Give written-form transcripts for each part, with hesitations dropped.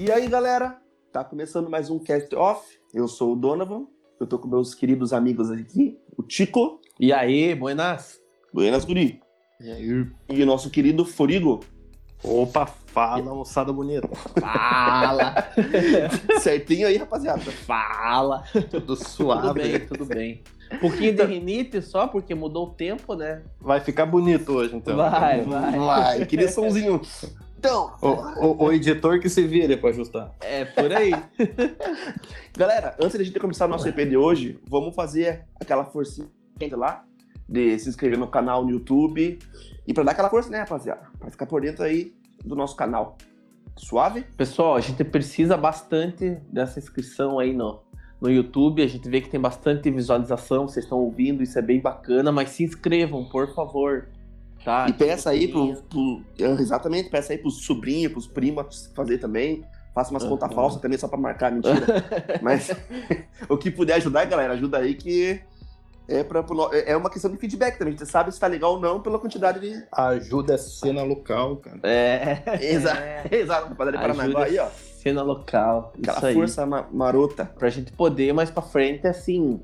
E aí, galera, tá começando mais um Cast Off. Eu sou o Donovan, eu tô com meus queridos amigos aqui, o Tico. E aí, buenas? Buenas, guri. E aí? E o nosso querido Forigo. Opa, fala, moçada bonita. Fala! Certinho aí, rapaziada. Fala! Tudo suave. Tudo bem. Um pouquinho de rinite só, porque mudou o tempo, né? Vai ficar bonito hoje, então. Vai, queria somzinho. Então, O editor que se vire pra ajustar. É, por aí. galera, antes de a gente começar o nosso EP de hoje, vamos fazer aquela forcinha lá, de se inscrever no canal no YouTube. E pra dar aquela força, né, rapaziada? Pra ficar por dentro aí do nosso canal. Suave? Pessoal, a gente precisa bastante dessa inscrição aí no YouTube. A gente vê que tem bastante visualização, vocês estão ouvindo, isso é bem bacana, mas se inscrevam, por favor. Tá? E peça aí exatamente, peça aí pros sobrinhos, pros primos fazer também. Faça umas contas falsas também só pra marcar, mentira. Mas o que puder ajudar, galera, ajuda aí que é uma questão de feedback também. A gente sabe se tá legal ou não pela quantidade de... Ajuda a cena local, cara. Exato, rapaziada de Paranaguá aí, ó. Cena local. Aquela isso aí. força marota. Pra gente poder mais pra frente, assim,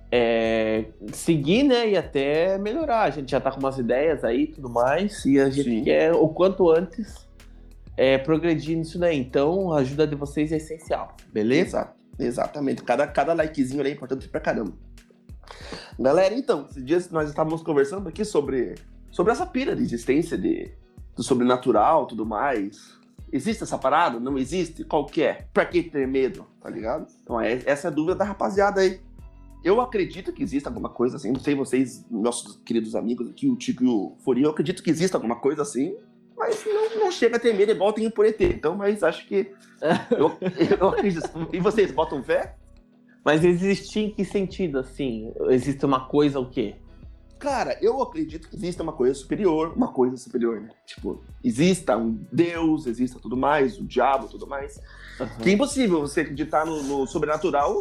seguir, né, e até melhorar. A gente já tá com umas ideias aí e tudo mais, e a gente quer, o quanto antes, progredir nisso daí. Então, a ajuda de vocês é essencial, beleza? Exatamente. Cada likezinho ali é importante pra caramba. Galera, então, esses dias nós estávamos conversando aqui sobre essa pira de existência do sobrenatural e tudo mais. Existe essa parada? Não existe? Qual que é? Pra que ter medo? Tá ligado? Então, essa é a dúvida da rapaziada aí. Eu acredito que exista alguma coisa assim. Não sei vocês, nossos queridos amigos aqui, o Tico e o Forinho, eu acredito que exista alguma coisa assim. Mas não chega a ter medo igual tem por ET. Então, mas acho que... eu acredito. E vocês, botam fé? Mas existir em que sentido, assim? Existe uma coisa o quê? Cara, eu acredito que exista uma coisa superior, né? Tipo, exista um Deus, exista tudo mais, o diabo, tudo mais. Uhum. Que é impossível você acreditar no sobrenatural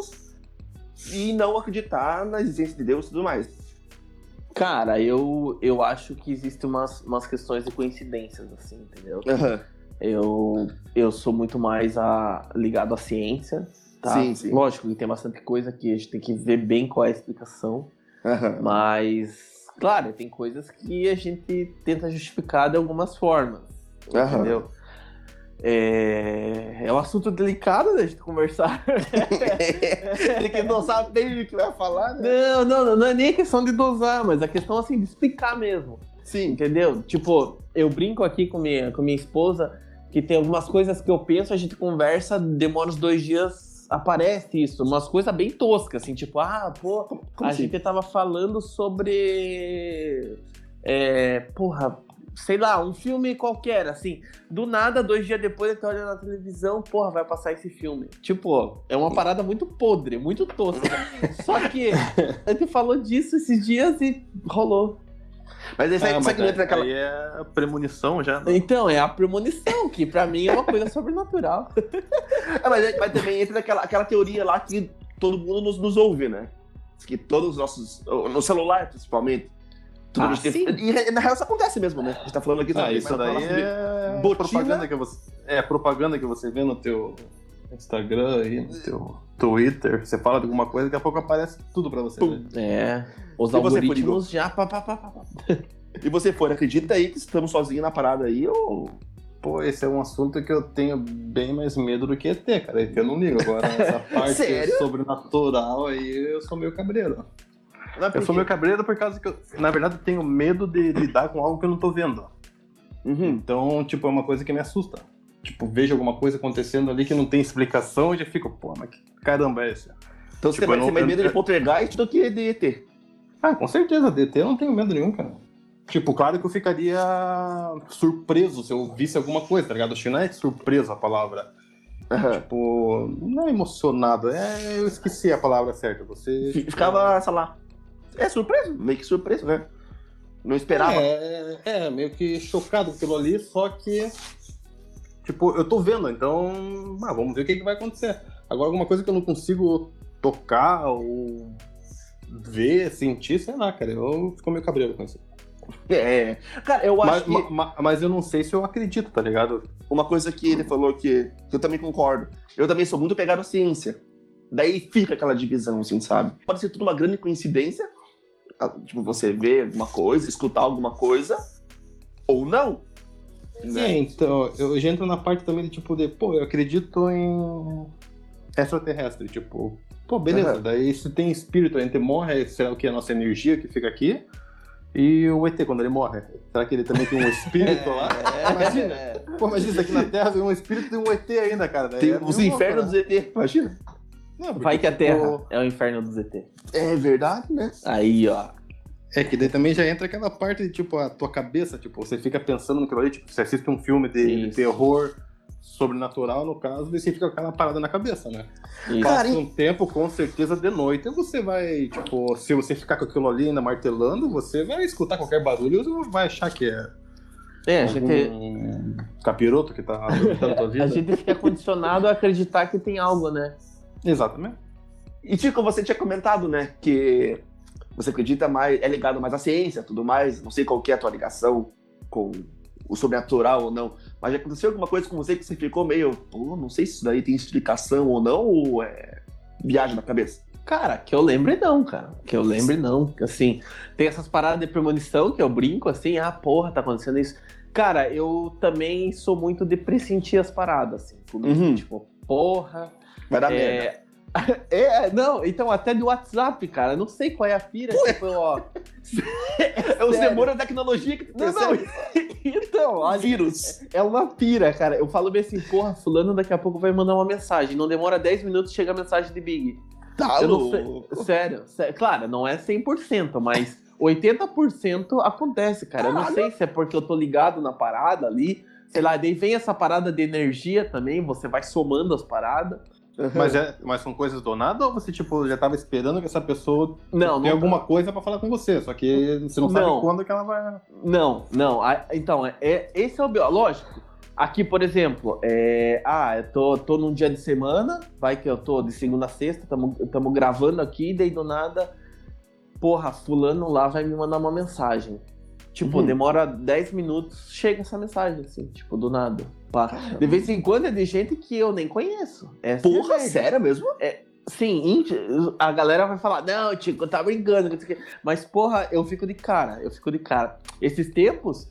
e não acreditar na existência de Deus e tudo mais. Cara, eu acho que existem umas questões de coincidências, assim, entendeu? Uhum. Eu sou muito mais ligado à ciência. Tá? Sim. Lógico que tem bastante coisa que a gente tem que ver bem qual é a explicação. Uhum. Mas, claro, tem coisas que a gente tenta justificar de algumas formas. Uhum. Entendeu? É um assunto delicado da gente conversar. Ele que não sabe nem o que vai falar, né? Não é nem a questão de dosar, mas a questão assim de explicar mesmo. Sim. Entendeu? Tipo, eu brinco aqui com minha esposa que tem algumas coisas que eu penso, a gente conversa, demora uns 2 dias. Aparece isso, umas coisas bem toscas, assim, tipo, Como a assim? gente tava falando sobre, sei lá, um filme qualquer, assim, do nada, 2 dias depois, ele tá olhando na televisão, vai passar esse filme. Tipo, é uma parada muito podre, muito tosca. Só que a gente falou disso esses dias e rolou. Mas isso aí que entra naquela... Aí é a premonição já, né? Então, é a premonição, que pra mim é uma coisa sobrenatural. Mas também entra aquela teoria lá que todo mundo nos ouve, né? Que todos os nossos... No celular, principalmente. Sim. E na real isso acontece mesmo, né? A gente tá falando aqui... Isso daí é propaganda que você vê no teu Instagram, aí, no teu Twitter. Você fala de alguma coisa, daqui a pouco aparece tudo pra você. Né? Os e algoritmos já... E você acredita aí que estamos sozinhos na parada aí, ou... Pô, esse é um assunto que eu tenho bem mais medo do que ET, cara. Que eu não ligo. Agora, essa parte sobrenatural aí, eu sou meio cabreiro. Eu sou meio cabreiro por causa que eu, na verdade, tenho medo de lidar com algo que eu não tô vendo. Uhum. Então, tipo, é uma coisa que me assusta. Tipo, vejo alguma coisa acontecendo ali que não tem explicação e já fico, mas que caramba é esse? Então você tem mais medo de poltergeist do que de ET? Com certeza, de ET eu não tenho medo nenhum, cara. Tipo, claro que eu ficaria surpreso se eu visse alguma coisa, tá ligado? Acho que não é surpreso a palavra. Uhum. Tipo, não é emocionado, eu esqueci a palavra certa. Você ficava, sei lá, surpreso, meio que surpreso, né? Não esperava. Meio que chocado com aquilo ali, só que, tipo, eu tô vendo, então, vamos ver o que vai acontecer. Agora, alguma coisa que eu não consigo tocar ou ver, sentir, sei lá, cara, eu fico meio cabreiro com isso. Cara, eu acho Mas eu não sei se eu acredito, tá ligado? uma coisa que ele falou que eu também concordo. Eu também sou muito pegado à ciência. Daí fica aquela divisão, assim, sabe? Pode ser tudo uma grande coincidência, tipo, você ver alguma coisa, escutar alguma coisa, ou não. Né? Então, eu já entro na parte também de, tipo, eu acredito em extraterrestre, tipo, beleza, daí se tem espírito, a gente morre, será o que? A nossa energia que fica aqui? E o ET, quando ele morre, será que ele também tem um espírito lá? Imagina, imagina isso aqui na Terra, tem um espírito e um ET ainda, cara. Daí tem os infernos dos ET, imagina. Não, vai que a Terra é o inferno dos ET. É verdade, né? Aí, ó. É que daí também já entra aquela parte de, tipo, a tua cabeça, tipo, você fica pensando naquilo ali, tipo, você assiste um filme de terror sobrenatural, no caso, e você fica com aquela parada na cabeça, né? Passa um tempo, com certeza, de noite, você vai, tipo, se você ficar com aquilo ali ainda martelando, você vai escutar qualquer barulho e vai achar que a gente... capiroto que tá aumentando a tua vida. A gente fica condicionado a acreditar que tem algo, né? Exatamente. E, Tico, você tinha comentado, né, que você acredita mais, é ligado mais à ciência, tudo mais, não sei qual que é a tua ligação com o sobrenatural ou não, mas já aconteceu alguma coisa com você que você ficou meio, não sei se isso daí tem explicação ou não, ou é viagem na cabeça? Cara, que eu lembre não, cara. Que eu lembre não. Assim, tem essas paradas de premonição que eu brinco, assim, tá acontecendo isso. Cara, eu também sou muito de pressentir as paradas, assim. Tipo, vai dar merda. Não, então até do WhatsApp, cara, não sei qual é a pira, tipo, ó. É os demônios da tecnologia que não. Então, olha, vírus. É uma pira, cara. Eu falo bem assim, fulano daqui a pouco vai mandar uma mensagem. Não demora 10 minutos, chega a mensagem de Big. Tá louco. Sério. Claro, não é 100%, mas 80% acontece, cara. Caralho. Eu não sei se é porque eu tô ligado na parada ali, sei lá, daí vem essa parada de energia também, você vai somando as paradas. Mas são coisas do nada ou você, tipo, já tava esperando que essa pessoa tem alguma coisa pra falar com você, só que você não sabe quando que ela vai... Não. Então, esse é o biológico. Aqui, por exemplo, eu tô num dia de semana, vai que eu tô de segunda a sexta, tamo gravando aqui, daí do nada, fulano lá vai me mandar uma mensagem. Tipo, demora 10 minutos, chega essa mensagem, assim, tipo, do nada. De vez em quando é de gente que eu nem conheço. Sério mesmo? Sim, a galera vai falar, não, Tico, tá brincando, mas, eu fico de cara. Esses tempos,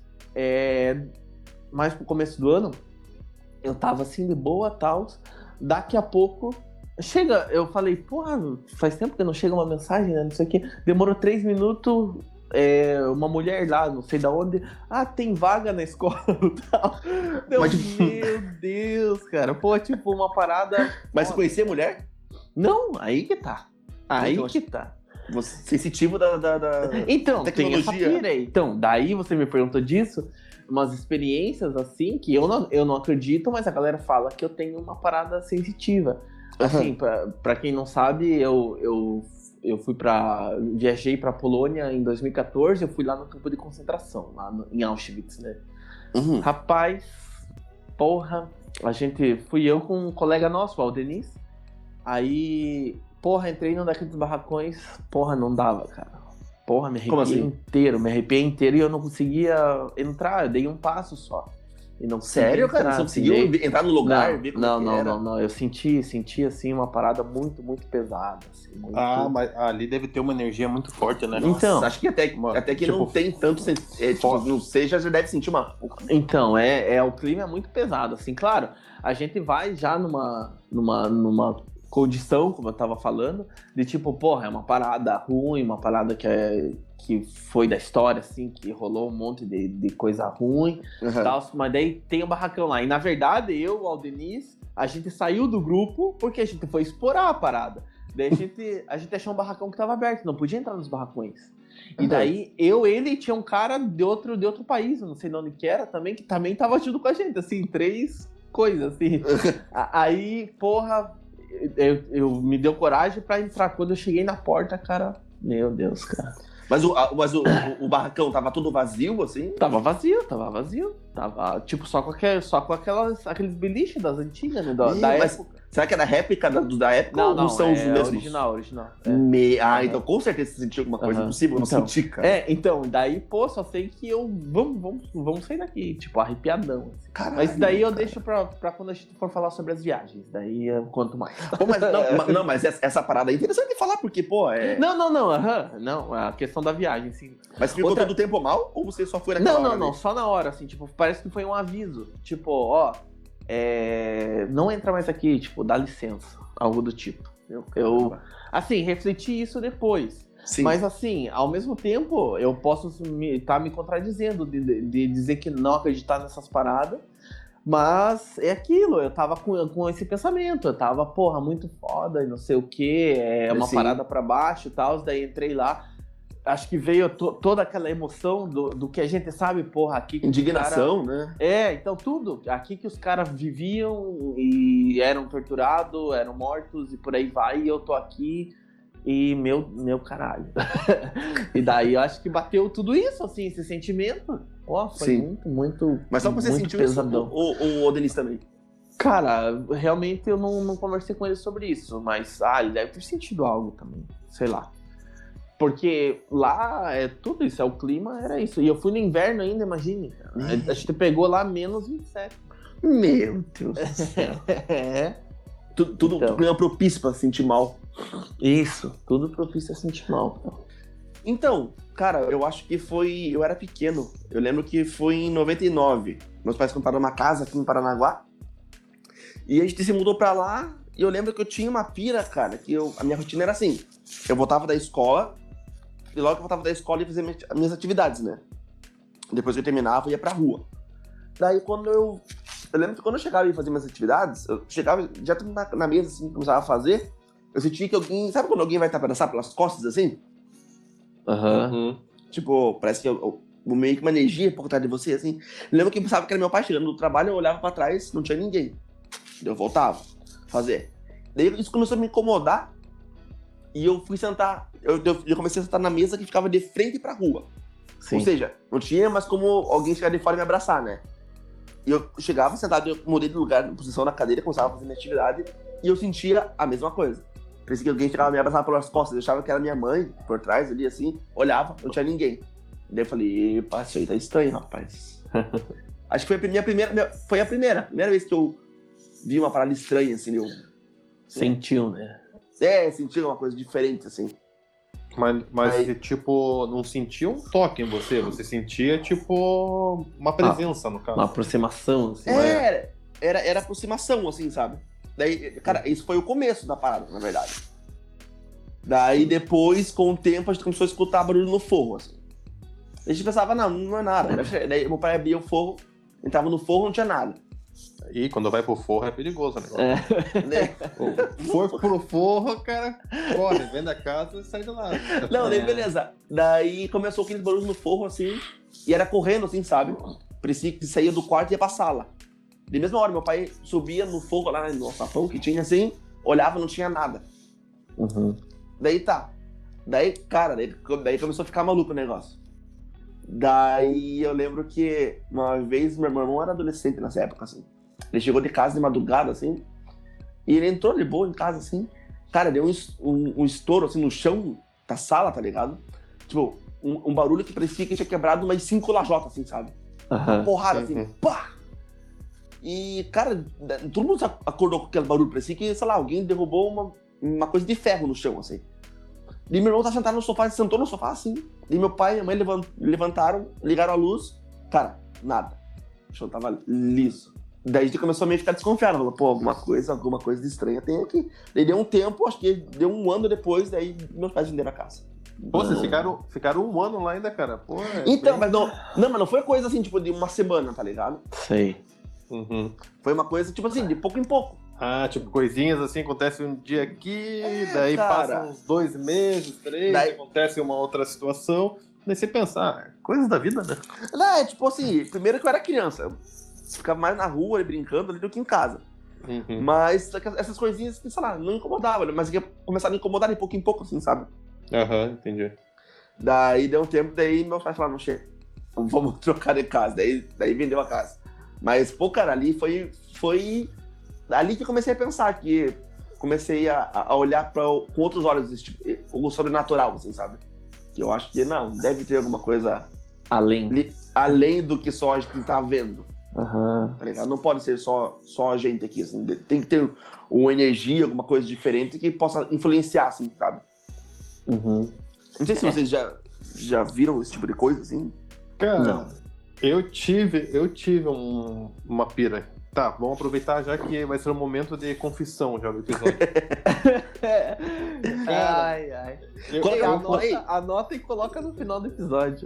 mais pro começo do ano, eu tava assim de boa, tal, daqui a pouco, eu falei, faz tempo que não chega uma mensagem, né, não sei o que, demorou 3 minutos, uma mulher lá, não sei da onde, tem vaga na escola e tal. Meu Deus, cara, tipo, uma parada... Mas você conhecia a mulher? Não, aí que tá. Você sensitivo da então, tecnologia. Tem essa pira aí. Então, daí você me perguntou disso, umas experiências assim, que eu não acredito, mas a galera fala que eu tenho uma parada sensitiva. Assim, pra quem não sabe, eu viajei pra Polônia em 2014, eu fui lá no campo de concentração, lá em Auschwitz, né? Rapaz, fui eu com um colega nosso, o Aldenis, aí, entrei num daqueles barracões, não dava, cara. Me arrepiei inteiro e eu não conseguia entrar, eu dei um passo só. E não Sério, cara? Você conseguiu entrar no lugar? Não. Eu senti assim uma parada muito, muito pesada. Assim, muito... mas ali deve ter uma energia muito forte, né? Então, acho que até que tipo, não tem tanto... não sei, já deve sentir uma... Então, o clima é muito pesado, assim. Claro, a gente vai já numa condição, como eu tava falando, de tipo, é uma parada ruim, uma parada que foi da história, assim, que rolou um monte de coisa ruim, tal, mas daí tem o barracão lá. E, na verdade, eu, o Aldenis, a gente saiu do grupo porque a gente foi explorar a parada. Daí a gente achou um barracão que tava aberto, não podia entrar nos barracões. E daí, ele e tinha um cara de outro país, eu não sei de onde que era também, que também tava junto com a gente, assim, 3 coisas, assim. Aí, eu me deu coragem pra entrar. Quando eu cheguei na porta, cara, meu Deus, cara. Mas o barracão tava todo vazio, assim? Tava vazio. Tava, tipo, só com aqueles beliches das antigas, né? Da época. Será que era réplica da época Não, ou não, são os é mesmos? original. É. Então com certeza você sentiu alguma coisa impossível, eu não Então, senti, cara. então, daí, pô, só sei que vamos sair daqui, tipo, arrepiadão. Assim. Caralho, Mas daí eu cara. deixo pra quando a gente for falar sobre as viagens, daí eu conto mais. Pô, mas, não, mas essa parada é interessante de falar, porque, pô, Não, a questão da viagem, assim. Mas ficou todo o tempo mal ou você só foi naquela hora? Não, só na hora, assim, tipo, parece que foi um aviso, tipo, ó, não entra mais aqui, tipo, dá licença. Algo do tipo. Eu assim, refleti isso depois. Sim. Mas assim, ao mesmo tempo, eu posso estar me contradizendo de dizer que não acreditar nessas paradas. Mas é aquilo, eu tava com esse pensamento. Eu tava, porra, muito foda e não sei o que. É uma parada pra baixo e tal. Daí entrei lá. Acho que veio toda aquela emoção do que a gente sabe, porra, aqui... Indignação, né? Então tudo. Aqui que os caras viviam e eram torturados, eram mortos e por aí vai. E eu tô aqui e meu caralho. E daí eu acho que bateu tudo isso, assim, esse sentimento. Pô, foi muito Mas só você muito sentiu pesadão. isso, o Denis também? Cara, realmente eu não conversei com ele sobre isso. Mas, ele deve ter sentido algo também. Sei lá. Porque lá é tudo isso, o clima era isso. E eu fui no inverno ainda, imagine. A gente pegou lá menos 27. Meu Deus do céu. Tudo clima propício pra sentir mal. Isso, tudo propício a sentir mal. Então, cara, eu acho que eu era pequeno. Eu lembro que foi em 99. Meus pais compraram uma casa aqui em Paranaguá. E a gente se mudou pra lá. E eu lembro que eu tinha uma pira, cara, que a minha rotina era assim. Eu voltava da escola. E logo que eu voltava da escola, eu ia fazer minhas atividades, né? Depois que eu terminava, eu ia pra rua. Daí, eu lembro que quando eu chegava e ia fazer minhas atividades, eu chegava, já tudo na mesa, assim, começava a fazer, eu sentia que alguém... Sabe quando alguém vai te abraçar pelas costas, assim? Tipo, parece que eu meio que uma energia por trás de você, assim. Eu lembro que eu pensava que era meu pai chegando do trabalho, eu olhava pra trás, não tinha ninguém. Eu voltava fazer. Daí, isso começou a me incomodar. E eu fui sentar, eu comecei a sentar na mesa que ficava de frente pra rua. Sim. Ou seja, não tinha mais como alguém chegar de fora e me abraçar, né? E eu chegava sentado, eu mudei de lugar, de posição na cadeira, começava a fazer minha atividade, e eu sentia a mesma coisa. Parecia que alguém chegava a me abraçar pelas costas, eu achava que era minha mãe, por trás ali, assim, olhava, não tinha ninguém. Daí eu falei, epa, isso aí tá estranho, rapaz. Acho que foi a primeira vez que eu vi uma parada estranha, assim, Sentiu, né? Senti uma coisa diferente, assim. Mas você, tipo, não sentia um toque em você? Você sentia, tipo, uma presença, no caso. Uma aproximação, assim. Era aproximação, assim, sabe? Daí, cara, isso foi o começo da parada, na verdade. Daí, depois, com o tempo, a gente começou a escutar barulho no forro, assim. A gente pensava, não é nada. Daí, meu pai abria o forro, entrava no forro, não tinha nada. E quando vai pro forro é perigoso, né? For pro forro, cara, corre, vem da casa e sai de lá. Não, daí beleza. Daí começou aqueles barulhos no forro, assim, e era correndo, assim, sabe? Parecia que saía do quarto e ia pra sala. De mesma hora, meu pai subia no forro lá no sapão que tinha, assim, olhava, não tinha nada. Daí tá. Daí, cara, daí começou a ficar maluco o negócio. Daí eu lembro que uma vez meu irmão era adolescente nessa época, assim. Ele chegou de casa de madrugada, assim, e ele entrou de boa em casa, assim. Cara, deu um estouro, assim, no chão da sala, tá ligado? Tipo, um barulho que parecia que tinha quebrado umas 5 lajotas, assim, sabe? Uma porrada, assim, pá! E, cara, todo mundo acordou com aquele barulho, parecia que, sei lá, alguém derrubou uma coisa de ferro no chão, assim. E meu irmão tá sentado no sofá, ele sentou no sofá, assim. E meu pai e minha mãe levantaram, ligaram a luz. Cara, nada. O chão tava liso. Daí a gente começou a meio ficar desconfiado. Falou, pô, alguma coisa de estranha tem aqui. Daí deu um tempo, acho que deu um ano depois, daí meus pais venderam a casa. Pô, vocês ficaram um ano lá ainda, cara. Pô, então, mas não foi coisa assim, tipo, de uma semana, tá ligado? Sei. Foi uma coisa, tipo assim, de pouco em pouco. Ah, tipo, coisinhas assim, acontece um dia aqui, daí cara, passam uns 2 meses, 3, daí acontece uma outra situação, daí você pensa, coisas da vida, né? Não, tipo assim, primeiro que eu era criança, eu ficava mais na rua, ali, brincando ali do que em casa. Mas essas coisinhas, sei lá, não incomodavam, mas começaram a incomodar de pouco em pouco, assim, sabe? Entendi. Daí deu um tempo, daí meus pais falaram, não chega, vamos trocar de casa, daí vendeu a casa. Mas, pô, cara, ali foi ali que eu comecei a pensar, que comecei a olhar com outros olhos, tipo, o sobrenatural, assim, sabe? Que eu acho que, não, deve ter alguma coisa além do que só a gente tá vendo. Tá ligado? Não pode ser só a gente aqui, assim. Tem que ter uma energia, alguma coisa diferente que possa influenciar, assim, sabe? Não sei se vocês já viram esse tipo de coisa, assim. Cara, Não. eu tive uma pira. Tá, vamos aproveitar já que vai ser um momento de confissão já do episódio. Ai. Anota e coloca no final do episódio.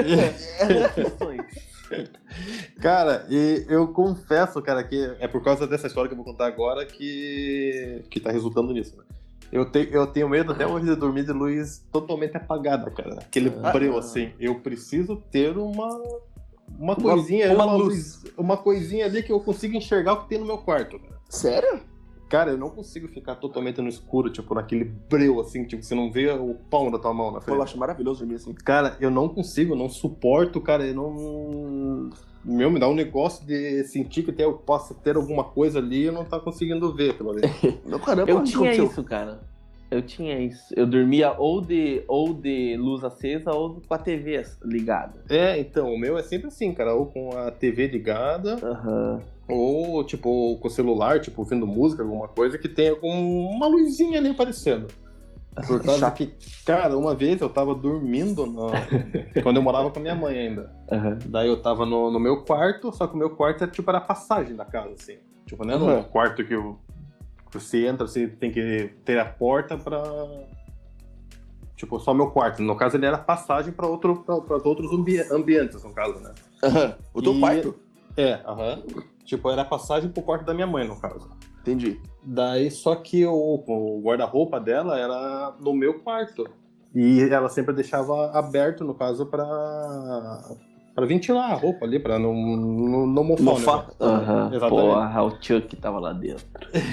Cara, e eu confesso, cara, que é por causa dessa história que eu vou contar agora que tá resultando nisso, né? Eu tenho medo até hoje de dormir de luz totalmente apagada, cara. Aquele breu, assim. Eu preciso ter uma coisinha, uma coisinha ali que eu consiga enxergar o que tem no meu quarto, cara. Sério? Cara, eu não consigo ficar totalmente no escuro, tipo, naquele breu, assim, tipo, você não vê o palmo da tua mão na frente. Eu acho maravilhoso dormir assim. Cara, eu não consigo, não suporto, cara, eu não... me dá um negócio de sentir que eu possa ter alguma coisa ali e eu não tá conseguindo ver aquilo ali. Meu caramba, eu tinha isso, cara. Eu tinha isso. Eu dormia ou de luz acesa ou com a TV ligada. Então, o meu é sempre assim, cara, ou com a TV ligada, ou, tipo, com o celular, tipo, ouvindo música, alguma coisa que tenha uma luzinha ali aparecendo. Por causa que, cara, uma vez eu tava dormindo quando eu morava com a minha mãe ainda. Daí eu tava no meu quarto, só que o meu quarto era a passagem da casa, assim. Tipo, não é no quarto que você entra, você tem que ter a porta pra... Tipo, só meu quarto. No caso, ele era passagem pra outros ambientes, no caso, né? O teu quarto? Tipo, era passagem pro quarto da minha mãe, no caso. Entendi. Daí, só que o guarda-roupa dela era no meu quarto. E ela sempre deixava aberto, no caso, pra ventilar a roupa ali, pra não mofar. Exatamente. Porra, o Chuck tava lá dentro.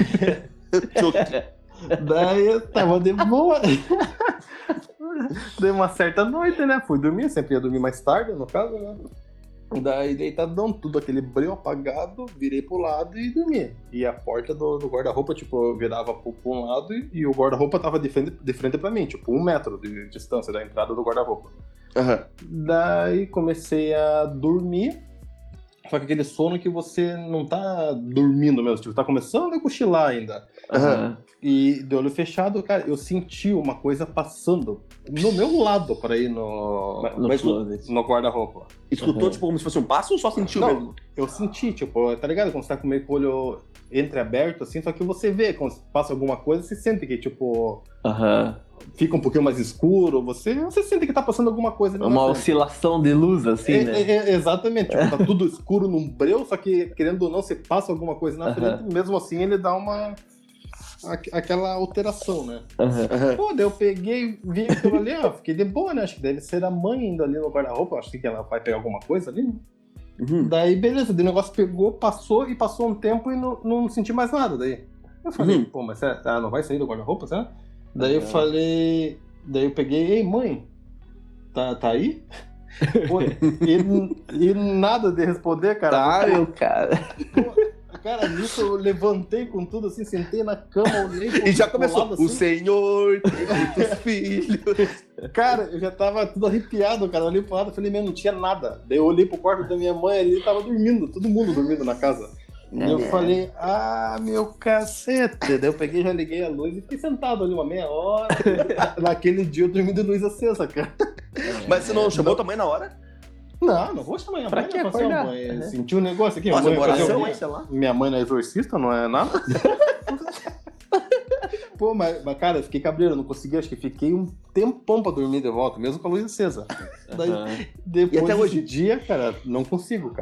Daí eu tava de boa. Dei uma certa noite, né? Fui dormir, sempre ia dormir mais tarde, no caso, né? Daí deitadão, tudo aquele breu apagado, virei pro lado e dormi. E a porta do guarda-roupa, tipo, eu virava pra um lado e o guarda-roupa tava de frente pra mim, tipo, 1 metro de distância da entrada do guarda-roupa. Daí comecei a dormir, só que aquele sono que você não tá dormindo mesmo, tipo, tá começando a cochilar ainda. E de olho fechado, cara, eu senti uma coisa passando no meu lado pra ir no guarda-roupa. Escutou, tipo, como se fosse um passo ou só sentiu mesmo? Eu senti, tipo, tá ligado? Quando você tá meio com o olho entreaberto, assim, só que você vê, quando passa alguma coisa, você sente que, tipo... Fica um pouquinho mais escuro, você sente que tá passando alguma coisa ali. Uma oscilação de luz, assim, né? Exatamente, tipo, tá tudo escuro num breu, só que, querendo ou não, você passa alguma coisa na frente, mesmo assim ele dá aquela alteração, né? Pô, daí eu peguei, vi aquilo ali, ó, fiquei de boa, né? Acho que deve ser a mãe indo ali no guarda-roupa, acho que ela vai pegar alguma coisa ali, né? Daí, beleza, o negócio pegou, passou um tempo e não senti mais nada, daí. Eu falei, pô, mas ela não vai sair do guarda-roupa, sabe? Daí eu falei, daí eu peguei, ei, mãe, tá aí? Pô, e nada de responder, cara. Tá, meu cara. Cara, nisso eu levantei com tudo assim, sentei na cama, olhei pro E já começou, lado, assim. o Senhor tem muitos filhos. Cara, eu já tava tudo arrepiado, cara, eu olhei pro lado e falei, não tinha nada. Daí eu olhei pro quarto da minha mãe ali, tava dormindo, todo mundo dormindo na casa. E eu falei, meu cacete. Daí eu peguei, já liguei a luz e fiquei sentado ali uma meia hora. Naquele dia eu dormi de luz acesa, cara. Mas você não chamou tua mãe na hora? Não vou chamar minha mãe. Pra que acordar? Mãe, sentiu um negócio aqui. Nossa, oração, sei lá. Minha mãe não é exorcista, não é nada. Pô, mas, cara, eu fiquei cabreiro, não consegui, acho que fiquei um tempão pra dormir de volta, mesmo com a luz acesa. Daí, depois e até hoje? desse dia, cara, não consigo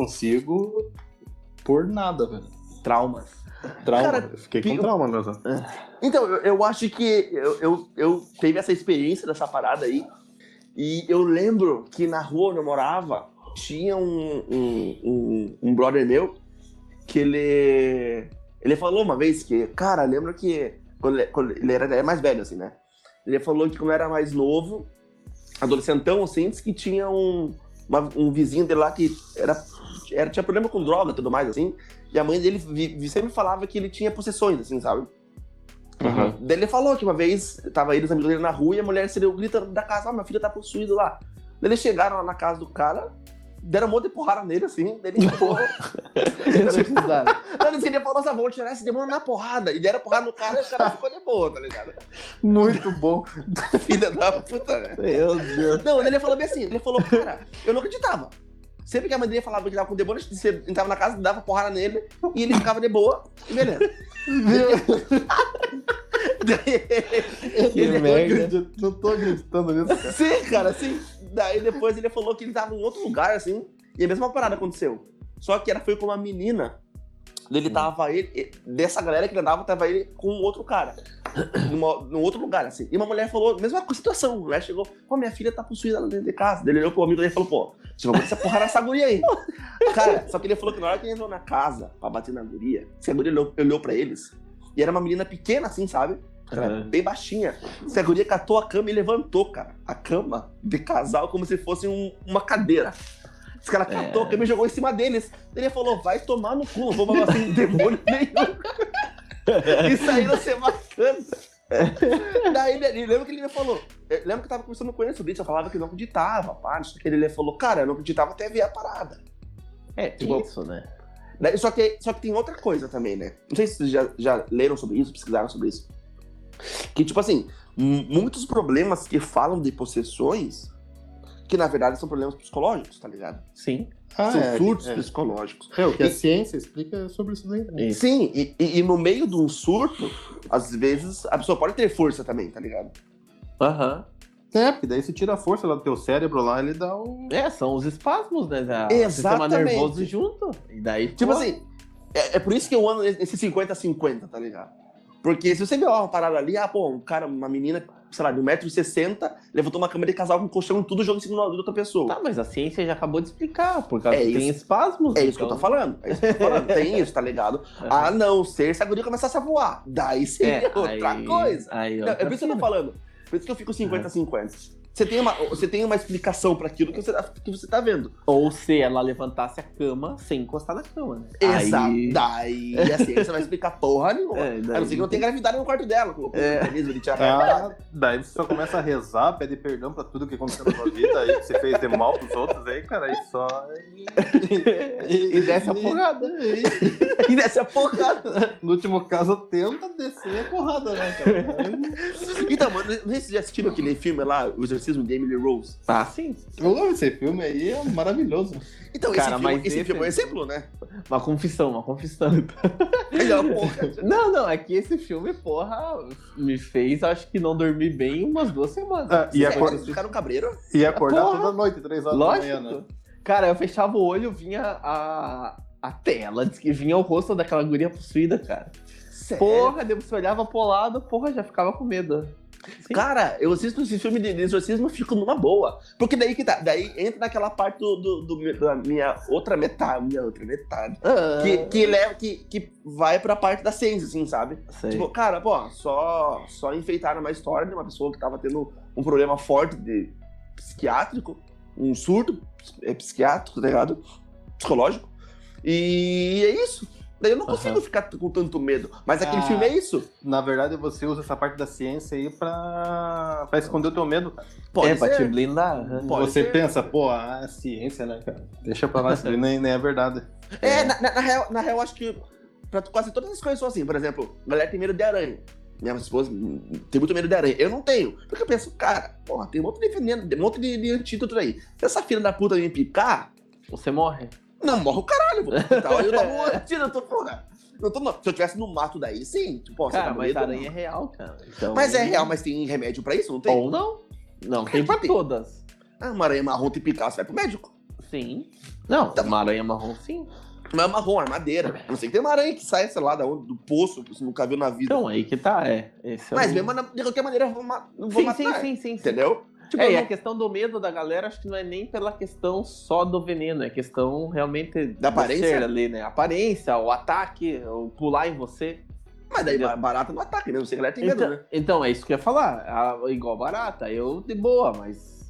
por nada, velho. Traumas. Cara, eu fiquei com trauma mesmo. Então, eu acho que eu teve essa experiência dessa parada aí. E eu lembro que na rua onde eu morava, tinha um brother meu que ele falou uma vez que, cara, lembro que quando ele era mais velho, assim, né? Ele falou que quando era mais novo, adolescentão, assim, disse que tinha um vizinho dele lá que tinha problema com droga e tudo mais, assim. E a mãe dele sempre falava que ele tinha possessões, assim, sabe? Uhum. Daí ele falou que uma vez tava eles amigos dele na rua e a mulher saiu gritando da casa, minha filha tá possuída lá. Daí eles chegaram lá na casa do cara, deram um monte de porrada nele, assim. Daí ele falou... Ele falou assim, vamos tirar esse demônio na porrada. E deram porrada no cara e o cara ficou de boa, tá ligado? Muito bom. Filha da puta, né? Meu Deus. Não, ele falou bem assim, ele falou, cara, eu não acreditava. Sempre que a mãe dele falava que tava com demônio, você entrava na casa, dava porrada nele e ele ficava de boa e beleza. Que merda. Não tô acreditando nisso, cara. Sim, cara, sim. Daí depois ele falou que ele tava em outro lugar, assim, e a mesma parada aconteceu. Só que foi com uma menina, ele tava dessa galera que ele andava, tava ele com outro cara, num outro lugar, assim. E uma mulher falou, mesma situação, a mulher chegou, pô, minha filha tá possuída lá dentro de casa. Ele olhou pro amigo dele e falou, pô, você vai essa porra nessa guria aí. Cara, só que ele falou que na hora que ele entrou na casa pra bater na guria, a guria olhou pra eles, e era uma menina pequena, assim, sabe? Bem baixinha. A guria catou a cama e levantou, cara. A cama de casal como se fosse uma cadeira. Diz que ela catou a cama e jogou em cima deles. Ele falou, vai tomar no cu, não vou falar assim, demônio nenhum. E saíram se matando. Daí ele lembra que ele me falou. Lembra que eu tava conversando com ele sobre isso. Eu falava que não acreditava, pá. Não sei o que. Ele falou, cara, eu não acreditava até ver a parada. Tipo, isso, né? Daí, só que tem outra coisa também, né? Não sei se vocês já leram sobre isso, pesquisaram sobre isso. Que, tipo assim, muitos problemas que falam de possessões, que na verdade são problemas psicológicos, tá ligado? Sim. São surtos psicológicos. O que a ciência explica sobre isso daí. Né? Sim, e no meio de um surto, às vezes, a pessoa pode ter força também, tá ligado? Aham. Porque daí você tira a força lá do teu cérebro lá, ele dá um... São os espasmos, né? Exatamente. O sistema nervoso junto. E daí, tipo assim, é por isso que eu ando nesse 50-50, tá ligado? Porque se você ver uma parada ali, uma menina, sei lá, de 1,60m, levantou uma cama de casal com colchão e tudo, jogou em cima de outra pessoa. Tá, mas a ciência já acabou de explicar, por causa que tem espasmos. É isso que eu tô falando. Tem isso, tá ligado? A não ser se a guria começasse a voar. Daí seria outra coisa. É por isso que eu tô falando. Por isso que eu fico 50-50. Você tem uma explicação pra aquilo que você tá vendo. Ou se ela levantasse a cama sem encostar na cama, né? Exato. Daí a ciência vai explicar porra nenhuma. A não ser que não tem gravidade no quarto dela. Daí você só começa a rezar, pede perdão pra tudo que aconteceu na sua vida, aí que você fez de mal pros outros, aí, cara, aí só... E desce a porrada. E desce a porrada. No último caso, tenta descer a porrada, né, cara? Então, mano, não sei se vocês já assistiram aquele filme lá, O Exorcismo de Emily Rose. Ah, sim. Eu amo esse filme aí, é maravilhoso. Então, cara, esse filme é um exemplo, né? Uma confissão. Porra. Não, é que esse filme, porra, me fez, acho que não dormir bem umas 2 semanas. E ficar no cabreiro? E acordar toda noite, 3 horas lógico. da manhã, né? Cara, eu fechava o olho, vinha a tela, diz que vinha o rosto daquela guria possuída, cara. Sério? Porra, daí você olhava pro lado, porra, já ficava com medo. Sim. Cara, eu assisto esse filme de exorcismo e fico numa boa. Porque daí que tá. Daí entra naquela parte da minha outra metade. Que vai pra parte da ciência, assim, sabe? Sei. Tipo, cara, só enfeitaram uma história de uma pessoa que tava tendo um problema forte de psiquiátrico, um surto psiquiátrico, tá ligado? Psicológico. E é isso. Daí eu não consigo ficar com tanto medo. Mas aquele filme é isso. Na verdade, você usa essa parte da ciência aí pra esconder o teu medo, cara. Pra te blindar. Você pensa, a ciência, né, cara? Deixa pra lá, isso nem é verdade. Na real, acho que pra quase todas as coisas são assim. Por exemplo, a galera tem medo de aranha. Minha esposa tem muito medo de aranha. Eu não tenho. Porque eu penso, cara, tem um monte de veneno, um monte de antídoto aí. Se essa filha da puta me picar... Você morre. Não, morre o caralho, pô. Então, eu tomo um antídoto, porra. Se eu tivesse no mato daí, sim. Tipo, cara, mas aranha é real, cara. Então... Mas é real, mas tem remédio pra isso? Não tem? Ou não. Não, tem pra todas. Uma aranha marrom te picar, você vai pro médico. Sim. Não, uma aranha marrom, sim. Mas é marrom, armadeira. Não sei que tem uma aranha que sai, sei lá, do poço, que você nunca viu na vida. Então, aí que tá, Mas mesmo de qualquer maneira, eu vou matar. Sim. Entendeu? Tipo, e a questão do medo da galera, acho que não é nem pela questão só do veneno, é questão realmente da aparência ser ali, né? A aparência, o ataque, o pular em você. Mas daí barata não ataca, né? Você galera tem medo, né? Então, é isso que eu ia falar. Igual barata, eu de boa, mas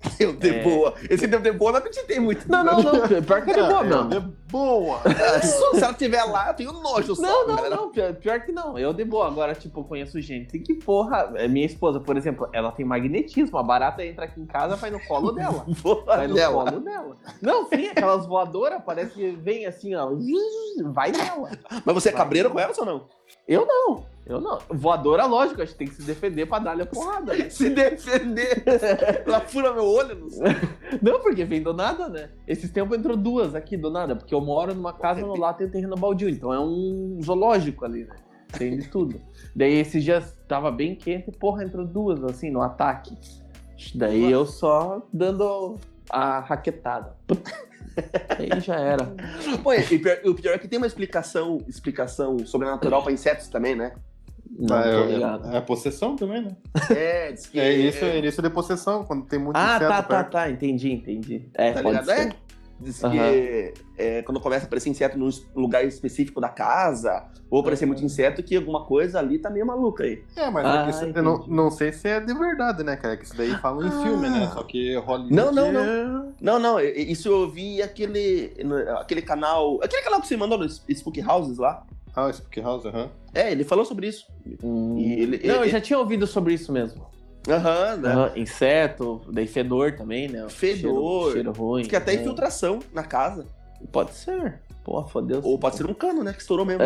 Eu de boa. Esse deu de boa, eu não acreditei muito. Não. Pior que é de boa, não. De boa. Se ela estiver lá, eu tenho nojo só. Não. Pior que não. Eu de boa. Agora, tipo, conheço gente que, porra, minha esposa, por exemplo, ela tem magnetismo. A barata entra aqui em casa, vai no colo dela. Vai no colo dela. Não, sim, aquelas voadoras, parece que vem assim, ó. Vai nela. Mas você é cabreiro com elas ou não? Eu não. Voadora, lógico, a gente tem que se defender pra dar-lhe a porrada. Né? Se defender. Ela fura meu olho, não sei. Não, porque vem do nada, né? Esses tempos entrou 2 aqui do nada, porque eu moro numa casa no lá tem um terreno baldio, então é um zoológico ali, né? Tem de tudo. Daí esses dias tava bem quente e, porra, entrou 2 assim no ataque. Daí eu só dando a raquetada. Aí já era. Pô, o pior é que tem uma explicação sobrenatural pra insetos também, né? Não, tô ligado. É a possessão também, né? Diz que... início de possessão, quando tem muito inseto perto. Tá, entendi. É, Tá pode ligado? ser. Diz que quando começa a aparecer inseto num lugar específico da casa, ou aparecer muito inseto, que alguma coisa ali tá meio maluca aí. Mas eu não sei se é de verdade, né, cara? Que isso daí falam em filme, né? Só que Hollywood... Não. Isso eu vi aquele canal que você mandou no Spook Houses lá. Ah, o Spook House, Ele falou sobre isso. Eu já tinha ouvido sobre isso mesmo. Né? Inseto, daí fedor também, né? Fedor. Cheiro ruim. Diz que até infiltração na casa. Pode ser. Pô, fodeu. Ou pode ser um cano, né? Que estourou mesmo.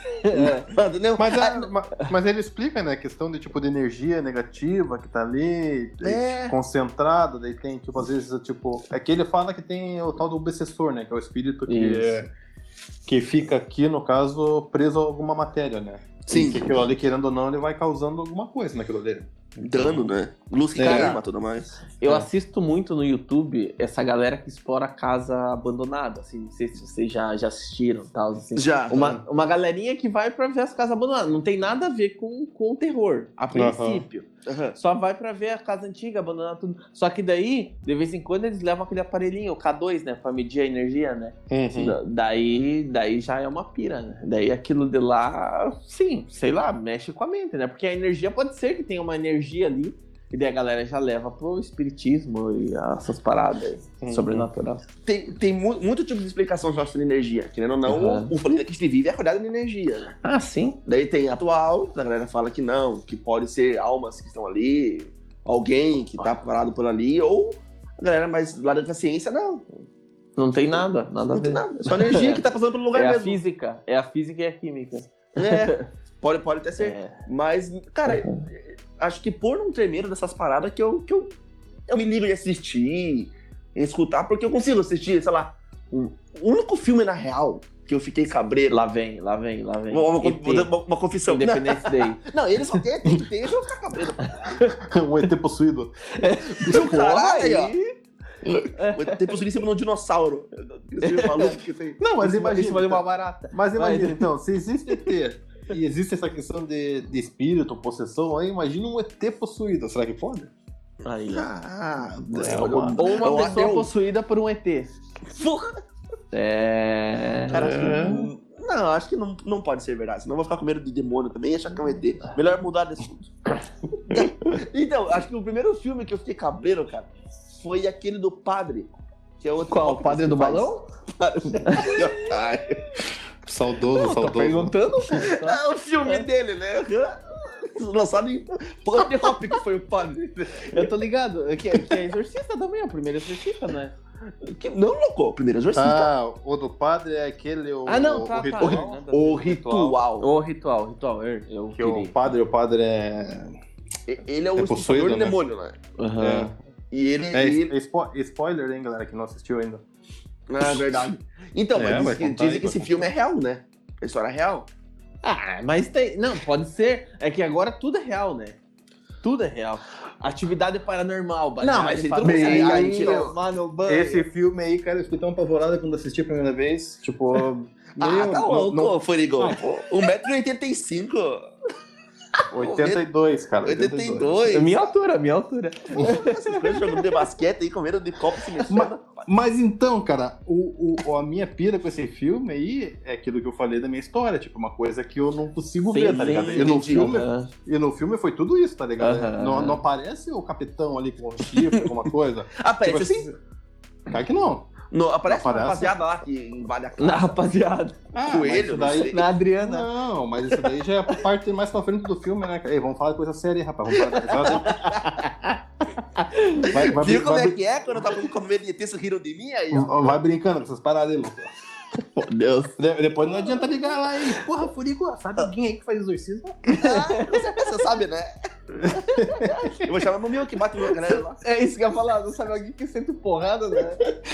Mas ele explica, né? A questão de tipo de energia negativa que tá ali, concentrada, daí tem, tipo, às vezes, tipo. É que ele fala que tem o tal do obsessor, né? Que é o espírito que fica aqui, no caso, preso a alguma matéria, né? Sim. Que aquilo ali, querendo ou não, ele vai causando alguma coisa naquilo ali. Dano, né? Luz que queima, tudo mais. Eu assisto muito no YouTube essa galera que explora casa abandonada, assim, não sei se vocês já assistiram, tal, assim. Já. Uma galerinha que vai pra ver as casas abandonadas, não tem nada a ver com o terror, a princípio. Só vai pra ver a casa antiga, abandonar tudo. Só que daí, de vez em quando, eles levam aquele aparelhinho, o K2, né, pra medir a energia, né? Daí já é uma pira, né? Daí aquilo de lá, sim, sei lá, mexe com a mente, né? Porque a energia pode ser que tenha uma energia ali, e daí a galera já leva pro espiritismo e essas paradas sobrenaturais. Tem muito tipo de explicação sobre energia. Querendo ou não, o planeta que a gente vive é rodeado de energia, né? Ah, sim. Daí tem a atual, a galera fala que não, que pode ser almas que estão ali, alguém que tá parado por ali, ou a galera mais do lado da ciência, não. Não tem nada a ver. Tem nada. É só energia que tá passando pelo lugar mesmo. É a física e a química. Pode até ser. Mas, cara, acho que por não ter medo dessas paradas que eu me ligo de assistir, em escutar, porque eu consigo assistir, sei lá, o único filme na real que eu fiquei cabreiro. Lá vem. Uma confissão. Independence Day. Não, ele só tem que ter, deixa eu ficar cabreiro. Um ET possuído. Seu caralho aí, ó. Tem possuído em cima de um dinossauro. Maluco que tem. Não, mas imagina. Isso uma barata. Mas imagina, então, se existe ET e existe essa questão de espírito, possessão, aí imagina um ET possuído. Será que pode? Aí, ou uma pessoa possuída por um ET. Cara, acho que não pode ser verdade. Senão eu vou ficar com medo de demônio também e achar que é um ET. Melhor mudar de assunto. Então, acho que o primeiro filme que eu fiquei cabreiro, cara, foi aquele do padre. Que é outro. Qual? O padre do balão? Saudoso. Tô perguntando. É o filme dele, né? Lançado em Pop Hop, que foi o padre. Eu tô ligado. Que é exorcista também, é o primeiro exorcista, né? Não, louco, o primeiro exorcista. Ah, o do padre é aquele. O ritual. O ritual. Que o padre é. Ele é o expulsador do demônio, né? E ele. Spoiler, hein, galera, que não assistiu ainda. É verdade. Então, mas dizem que esse filme é real, né? A história é real. Ah, mas tem. Não, pode ser. É que agora tudo é real, né? Tudo é real. Atividade paranormal, não, mas todo mundo esse filme aí, cara, eu fiquei tão apavorado quando assisti a primeira vez. Tipo. Tá louco, Furigo. 1,85 m. 82, cara. 82. Minha altura. Essas coisas jogando de basquete aí, comendo de copo se mexendo. Mas então, cara, a minha pira com esse filme aí é aquilo que eu falei da minha história, tipo, uma coisa que eu não consigo ver, tá ligado? E no filme foi tudo isso, tá ligado? Não aparece o capitão ali com o chifre, alguma coisa. Aparece tipo, sim? Cara que não. Aparece uma rapaziada lá que invade a casa. Na rapaziada. Coelho, daí, não sei. Na Adriana. Não, mas isso daí já é a parte mais pra frente do filme, né? Ei, vamos falar de coisa séria aí, rapaz. Vamos falar de coisa séria. Viu como é que é quando eu tava com medo de ter se riram de mim aí? Ó. Vai brincando com essas paradas aí, louco. Meu Deus. Depois não adianta ligar lá aí. Porra, Furico, sabe alguém aí que faz exorcismo? Você sabe, né? Eu vou chamar meu meu que bate no galera lá. É isso que eu ia falar, não sabe alguém que sente porrada, né?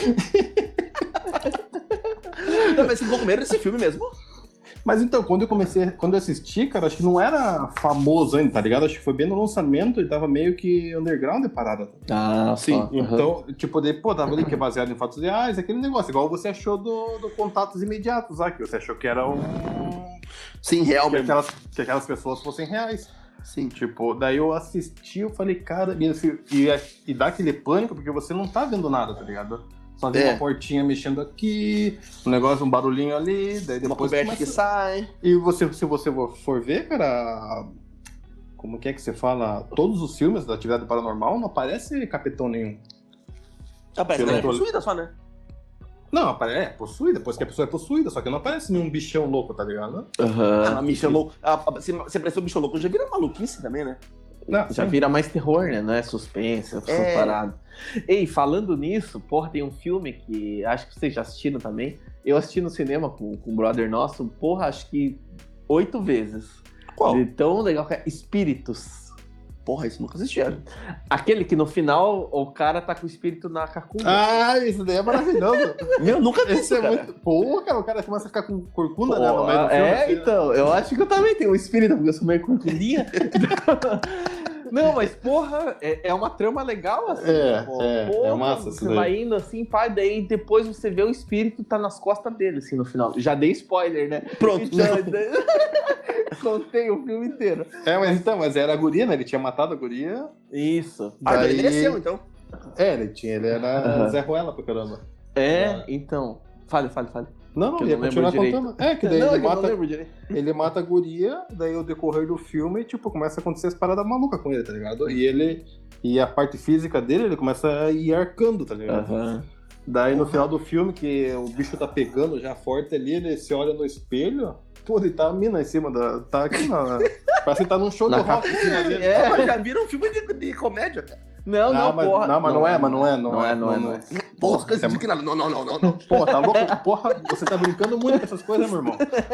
Não, mas ficou com medo desse filme mesmo. Mas então, quando eu assisti, cara, acho que não era famoso ainda, tá ligado? Acho que foi bem no lançamento e tava meio que underground a parada. Ah, sim. Então, tipo, daí, pô, tava ali que é baseado em fatos reais, aquele negócio, igual você achou do Contatos Imediatos lá, que você achou que era Sim, real que mesmo. que aquelas pessoas fossem reais. Sim. Tipo, daí eu assisti, eu falei, cara, e dá aquele pânico, porque você não tá vendo nada, tá ligado? Só vê uma portinha mexendo aqui, um negócio, um barulhinho ali, daí Uma depois coberta que sai. E se você for ver, cara, como que é que você fala? Todos os filmes da Atividade Paranormal não aparece capitão nenhum. Aparece que ela é possuída só, né? Não, aparece, possuída, depois que a pessoa é possuída, só que não aparece nenhum bichão louco, tá ligado? Ah, bicho louco. Se apareceu o bicho louco, já vira maluquice também, né? Não, Já vira mais terror, né? Não é suspense, é parado. Ei, falando nisso, porra, tem um filme que acho que vocês já assistiram também. Eu assisti no cinema com um brother nosso, porra, acho que 8 vezes. Qual? De tão legal que é Espíritos. Porra, isso nunca assistia. Aquele que no final o cara tá com o espírito na cacunda. Ah, isso daí é maravilhoso. Meu, nunca vi Esse isso, é cara. muito... Pô, cara, o cara começa a ficar com corcunda, né, Pô, no meio do filme. Assim, então, eu acho que eu também tenho um espírito, porque eu sou meio corcundinha. Não, mas porra, é uma trama legal, assim. É massa isso Você daí. vai indo assim, pá, daí depois você vê o espírito tá nas costas dele, assim, no final. Já dei spoiler, né? Pronto. Então, contei o filme inteiro. Mas era a guria, né? Ele tinha matado a guria. Isso. Ah, Daí- ele mereceu, então. Ele era Zé Ruela pra caramba. Então. Fale. Não, Que eu ia não lembro continuar direito. contando. Que daí Não, ele que eu não mata. lembro direito. Ele mata a guria, daí o decorrer do filme, tipo, começa a acontecer as paradas malucas com ele, tá ligado? E a parte física dele, ele começa a ir arcando, tá ligado? Aham. Daí no final do filme, que o bicho tá pegando já forte ali, ele se olha no espelho, pô, ele tá a mina em cima da... Tá aqui parece que tá num show Na de rock em cima dele. Mas já viram um filme de comédia, cara. Não, porra. Mas não é. Não é. Porra, os caras dizem que não. Porra, tá louco? Porra, você tá brincando muito com essas coisas, meu irmão.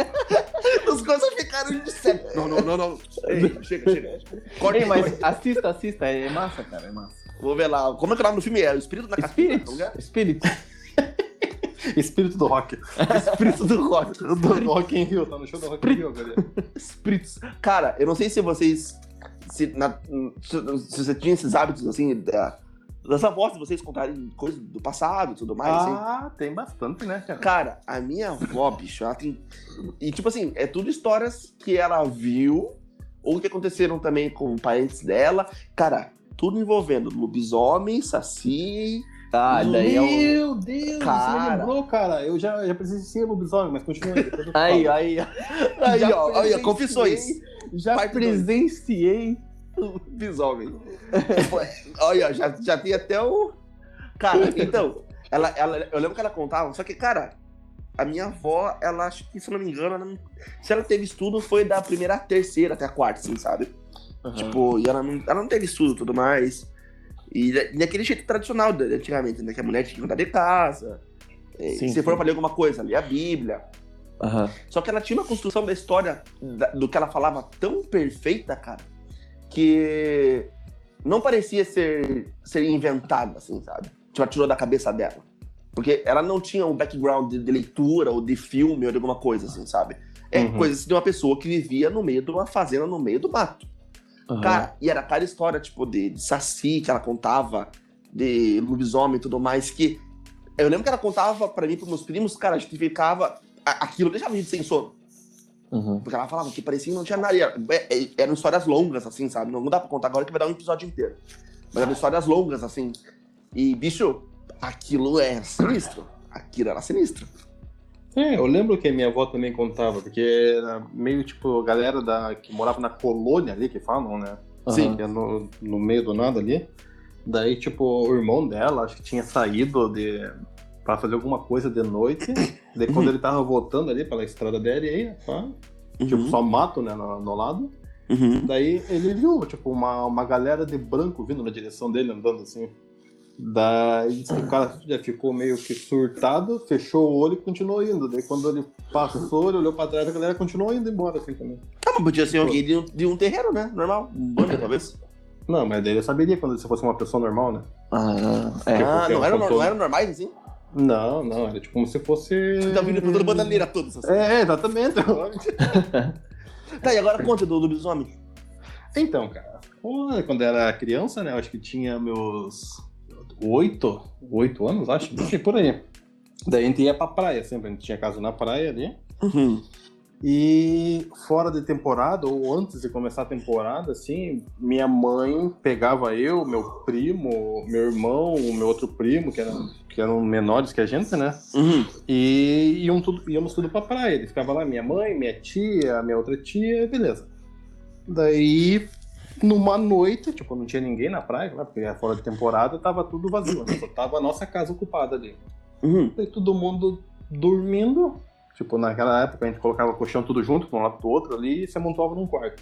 Os coisas ficaram de sério. Não. Ei, chega. Corta Ei, aí, mas corta. assista. É massa, cara, é massa. Vou ver lá. Como é que é o nome do filme? É O Espírito na Cacunda? Espírito. Espírito do rock. Espírito do Rock. Do Rock in Rio, tá no show do Rock in Rio agora. Espíritos. Cara, eu não sei se vocês... Se você tinha esses hábitos, assim, dessa voz de vocês contarem coisas do passado e tudo mais, assim. Tem bastante, né, cara? Cara, a minha avó, bicho, ela tem... E, tipo assim, é tudo histórias que ela viu ou que aconteceram também com parentes dela. Cara, tudo envolvendo lobisomem, saci... Daí é o... Meu Deus, Cara. você lembrou, cara. Eu já presenciei lobisomem, mas continua aí. depois eu Aí, falo. Aí, Já ó, presenciei. confissões. Já Parte dois. presenciei. Lobisomem. Olha, já tem até o... Cara, então, eu lembro que ela contava, só que, cara, a minha avó, ela, acho que, se eu não me engano, se ela teve estudo, foi da primeira à terceira até a quarta, assim, sabe? Tipo, e ela não teve estudo e tudo mais. E daquele jeito tradicional de antigamente, né? Que a mulher tinha que cuidar de casa. Se for pra ler alguma coisa, ler a Bíblia. Só que ela tinha uma construção da história do que ela falava tão perfeita, cara, que não parecia ser inventada, assim, sabe? Tipo, ela tirou da cabeça dela. Porque ela não tinha um background de leitura ou de filme ou de alguma coisa, assim, sabe? Coisa assim, de uma pessoa que vivia no meio de uma fazenda, no meio do mato. Cara, e era cada história, tipo, de saci que ela contava, de lobisomem e tudo mais, que eu lembro que ela contava pra mim, pros meus primos, cara, a gente ficava... Aquilo deixava a gente sem sono. Porque ela falava que parecia que não tinha nada. Eram histórias longas, assim, sabe? Não dá pra contar agora que vai dar um episódio inteiro. Mas eram histórias longas, assim. E, bicho, aquilo é sinistro. Aquilo era sinistro. Eu lembro que a minha avó também contava, porque era meio tipo a galera que morava na colônia ali, que falam, né? Sim. Que é no meio do nada ali. Daí, tipo, o irmão dela, acho que tinha saído pra fazer alguma coisa de noite. Daí, quando ele tava voltando ali pela estrada da areia, pá, tipo, só mato, né, no lado. Daí, ele viu, tipo, uma galera de branco vindo na direção dele, andando assim. Daí, o cara já ficou meio que surtado, fechou o olho e continuou indo. Daí, quando ele passou, ele olhou pra trás, a galera continuou indo embora, assim, também. Podia ser alguém de um terreiro, né? Normal. Um bando, talvez. Não, mas daí ele saberia quando você fosse uma pessoa normal, né? Não eram normais, assim? Não, era tipo como se fosse... Tá vindo toda bananeira todos, assim. Exatamente. Tá, e agora conta do lobisomem. Então, cara, quando eu era criança, né, eu acho que tinha meus 8 anos, acho, por aí. Daí a gente ia pra praia sempre, a gente tinha casa na praia ali. E fora de temporada, ou antes de começar a temporada, assim, minha mãe pegava eu, meu primo, meu irmão, o meu outro primo, que eram menores que a gente, né? E íamos tudo pra praia. Ele ficava lá, minha mãe, minha tia, minha outra tia, beleza. Daí, numa noite, tipo, não tinha ninguém na praia, né? Porque fora de temporada tava tudo vazio, né? Só tava a nossa casa ocupada ali. Daí todo mundo dormindo. Tipo, naquela época a gente colocava o colchão tudo junto, de um lado pro outro ali, e se amontoava num quarto.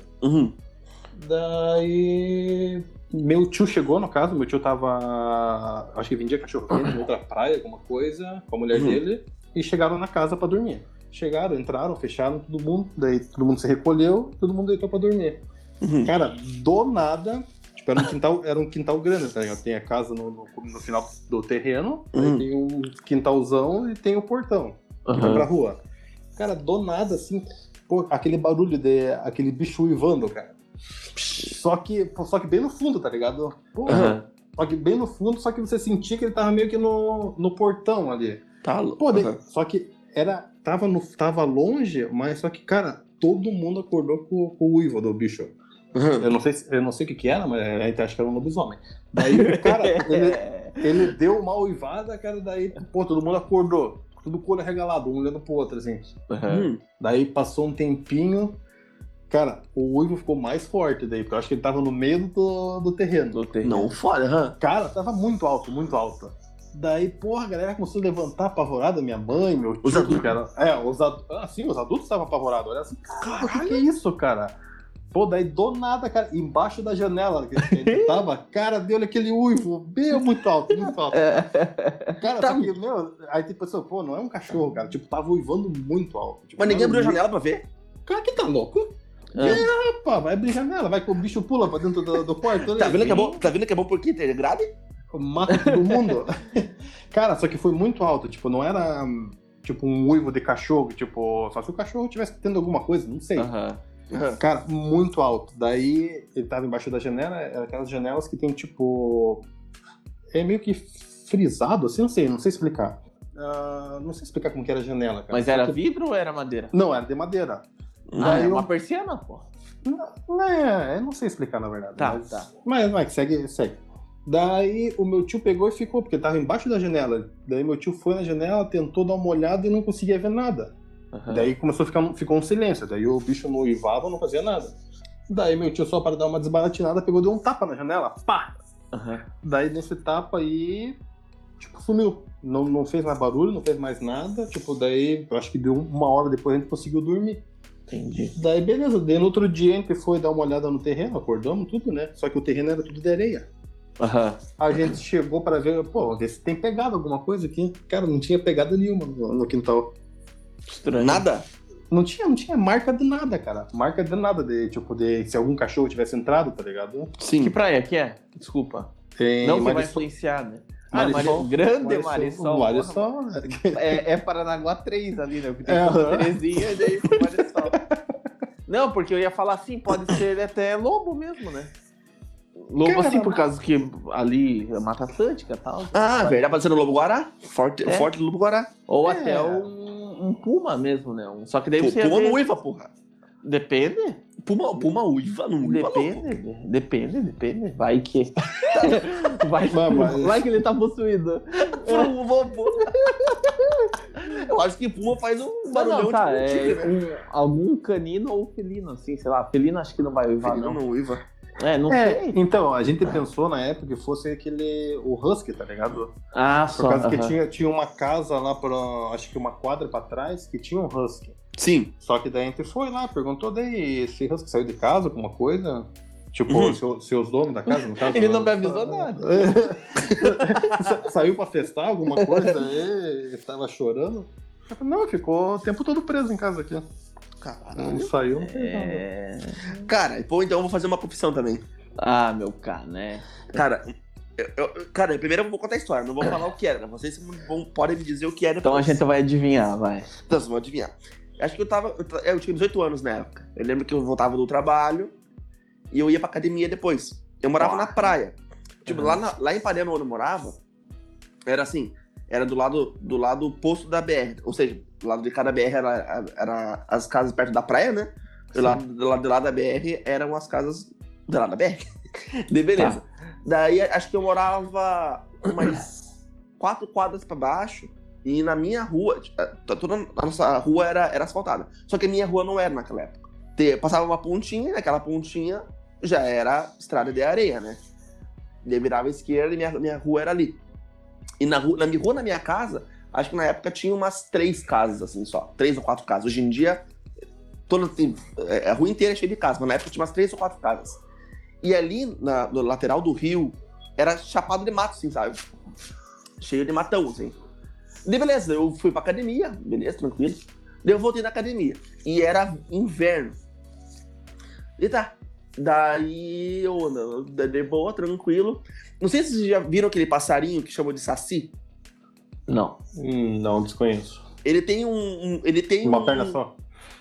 Daí meu tio chegou, no caso, meu tio tava, acho que vendia cachorro quente em outra praia, alguma coisa, com a mulher dele, e chegaram na casa pra dormir. Chegaram, entraram, fecharam todo mundo, daí todo mundo se recolheu, todo mundo deitou pra dormir. Cara, do nada, tipo, era um quintal grande, tá ligado? Tem a casa no final do terreno, aí tem um quintalzão e tem o portão. Vai pra rua. Cara, do nada, assim, pô, aquele barulho aquele bicho uivando, cara. Só que bem no fundo, tá ligado? Porra. Só que bem no fundo, só que você sentia que ele tava meio que no portão ali. Pô, só que tava longe, mas só que, cara, todo mundo acordou com o uivo do bicho. Eu não sei o que era, mas a gente acha que era um lobisomem. Daí, cara, ele deu uma uivada, cara, daí, pô, todo mundo acordou. Tudo com o olho arregalado, um olhando pro outro, assim. Daí passou um tempinho, cara, o uivo ficou mais forte daí, porque eu acho que ele tava no meio do terreno. Não, foda, Cara, tava muito alto, muito alto. Daí, porra, a galera começou a levantar apavorada, minha mãe, meu tio, os adultos. Cara. Os adultos estavam apavorados. Olha assim, cara, o que é isso, cara? Pô, daí do nada, cara, embaixo da janela que a gente tava, cara, deu-lhe aquele uivo, muito alto, muito alto. Cara, só que, meu, aí tipo assim, pô, não é um cachorro, cara, tipo, tava uivando muito alto. Tipo, mas ninguém abriu a janela pra ver? Cara, que tá louco? Rapaz, vai abrir a janela, vai que o bicho pula pra dentro do quarto. Tá vendo que é bom porque tem grade? Mata todo mundo. Cara, só que foi muito alto, tipo, não era tipo um uivo de cachorro, tipo, só se o cachorro tivesse tendo alguma coisa, não sei. Cara, muito alto. Daí ele tava embaixo da janela, aquelas janelas que tem tipo. É meio que frisado, assim, não sei explicar. Não sei explicar como que era a janela, cara. Mas era vidro ou era madeira? Não, era de madeira. Daí uma persiana, pô. Eu não sei explicar, na verdade. Tá. Mas segue. Daí o meu tio pegou e ficou, porque tava embaixo da janela. Daí meu tio foi na janela, tentou dar uma olhada e não conseguia ver nada. Daí ficou um silêncio. Daí o bicho não uivava, não fazia nada. Daí meu tio, só para dar uma desbaratinada, pegou e deu um tapa na janela. Pá! Daí nesse tapa aí, tipo, sumiu. Não fez mais barulho, não fez mais nada. Tipo, daí, eu acho que deu 1 hora depois a gente conseguiu dormir. Entendi. Daí, beleza. Daí no outro dia a gente foi dar uma olhada no terreno, acordamos tudo, né? Só que o terreno era tudo de areia. A gente chegou para ver, pô, ver se tem pegado alguma coisa aqui. Cara, não tinha pegada nenhuma no quintal. Estranho. Nada? Não tinha marca de nada, cara. Marca de nada, tipo, se algum cachorro tivesse entrado, tá ligado? Sim. Que praia que é? Desculpa. Não que vai influenciar, né? Grande Marisol. Marisol. É Paranaguá 3 ali, né? Porque tem Terezinha e daí Marisol. Não, porque eu ia falar assim, pode ser até lobo mesmo, né? Lobo assim, por causa que ali é Mata Atlântica e tal. Verdade, pode ser no Lobo-Guará. Forte do Lobo-Guará. Ou até um puma mesmo, né? Só que daí você puma não uiva, porra. Depende. Puma uiva, não uiva, Depende. Vai que. Vai que ele tá possuído. Eu acho que Puma faz um barulhão tá, de contigo, né? Algum canino ou felino, assim, sei lá. Felino acho que não vai uivar, Felino não uiva. Não sei. Então, a gente pensou na época que fosse o Husky, tá ligado? Só. Por causa que tinha uma casa lá, acho que uma quadra pra trás, que tinha um Husky. Sim. Só que daí a gente foi lá, perguntou, daí esse Husky saiu de casa, alguma coisa? Tipo, seus donos da casa, no caso. Ele não me avisou nada. Saiu pra festar alguma coisa aí, estava chorando. Eu falei, não, ficou o tempo todo preso em casa aqui. Caralho. Não saiu, não fez nada. Cara, pô, então eu vou fazer uma confissão também. Meu cara, né? Cara, cara, primeiro eu vou contar a história, não vou falar o que era. Vocês podem me dizer o que era. Então a gente vai adivinhar, vai. Então, vocês vão adivinhar. Acho que eu tinha 18 anos na época. Eu lembro que eu voltava do trabalho e eu ia pra academia depois. Eu morava na praia. Tipo, lá em Ipanema, onde eu morava, era assim, era do lado oposto da BR. Ou seja, do lado de cada BR era as casas perto da praia, né? Do lado da BR eram as casas do lado da BR. Beleza. Tá. Daí, acho que eu morava umas 4 quadras pra baixo. E na minha rua, toda a nossa rua era asfaltada. Só que a minha rua não era naquela época. Passava uma pontinha, e naquela pontinha já era estrada de areia, né? Daí virava a esquerda e minha rua era ali. E na minha casa, acho que na época tinha umas 3 casas, assim, só. 3 ou 4 casas. Hoje em dia, a rua inteira é cheia de casas, mas na época tinha umas 3 ou 4 casas. E ali, no lateral do rio, era chapado de mato, assim, sabe? Cheio de matão, assim. Daí, beleza, eu fui pra academia, beleza, tranquilo. Daí eu voltei na academia. E era inverno. E tá. Daí eu, de boa, tranquilo. Não sei se vocês já viram aquele passarinho que chamou de saci. Não. Não, desconheço. Ele tem uma perna só.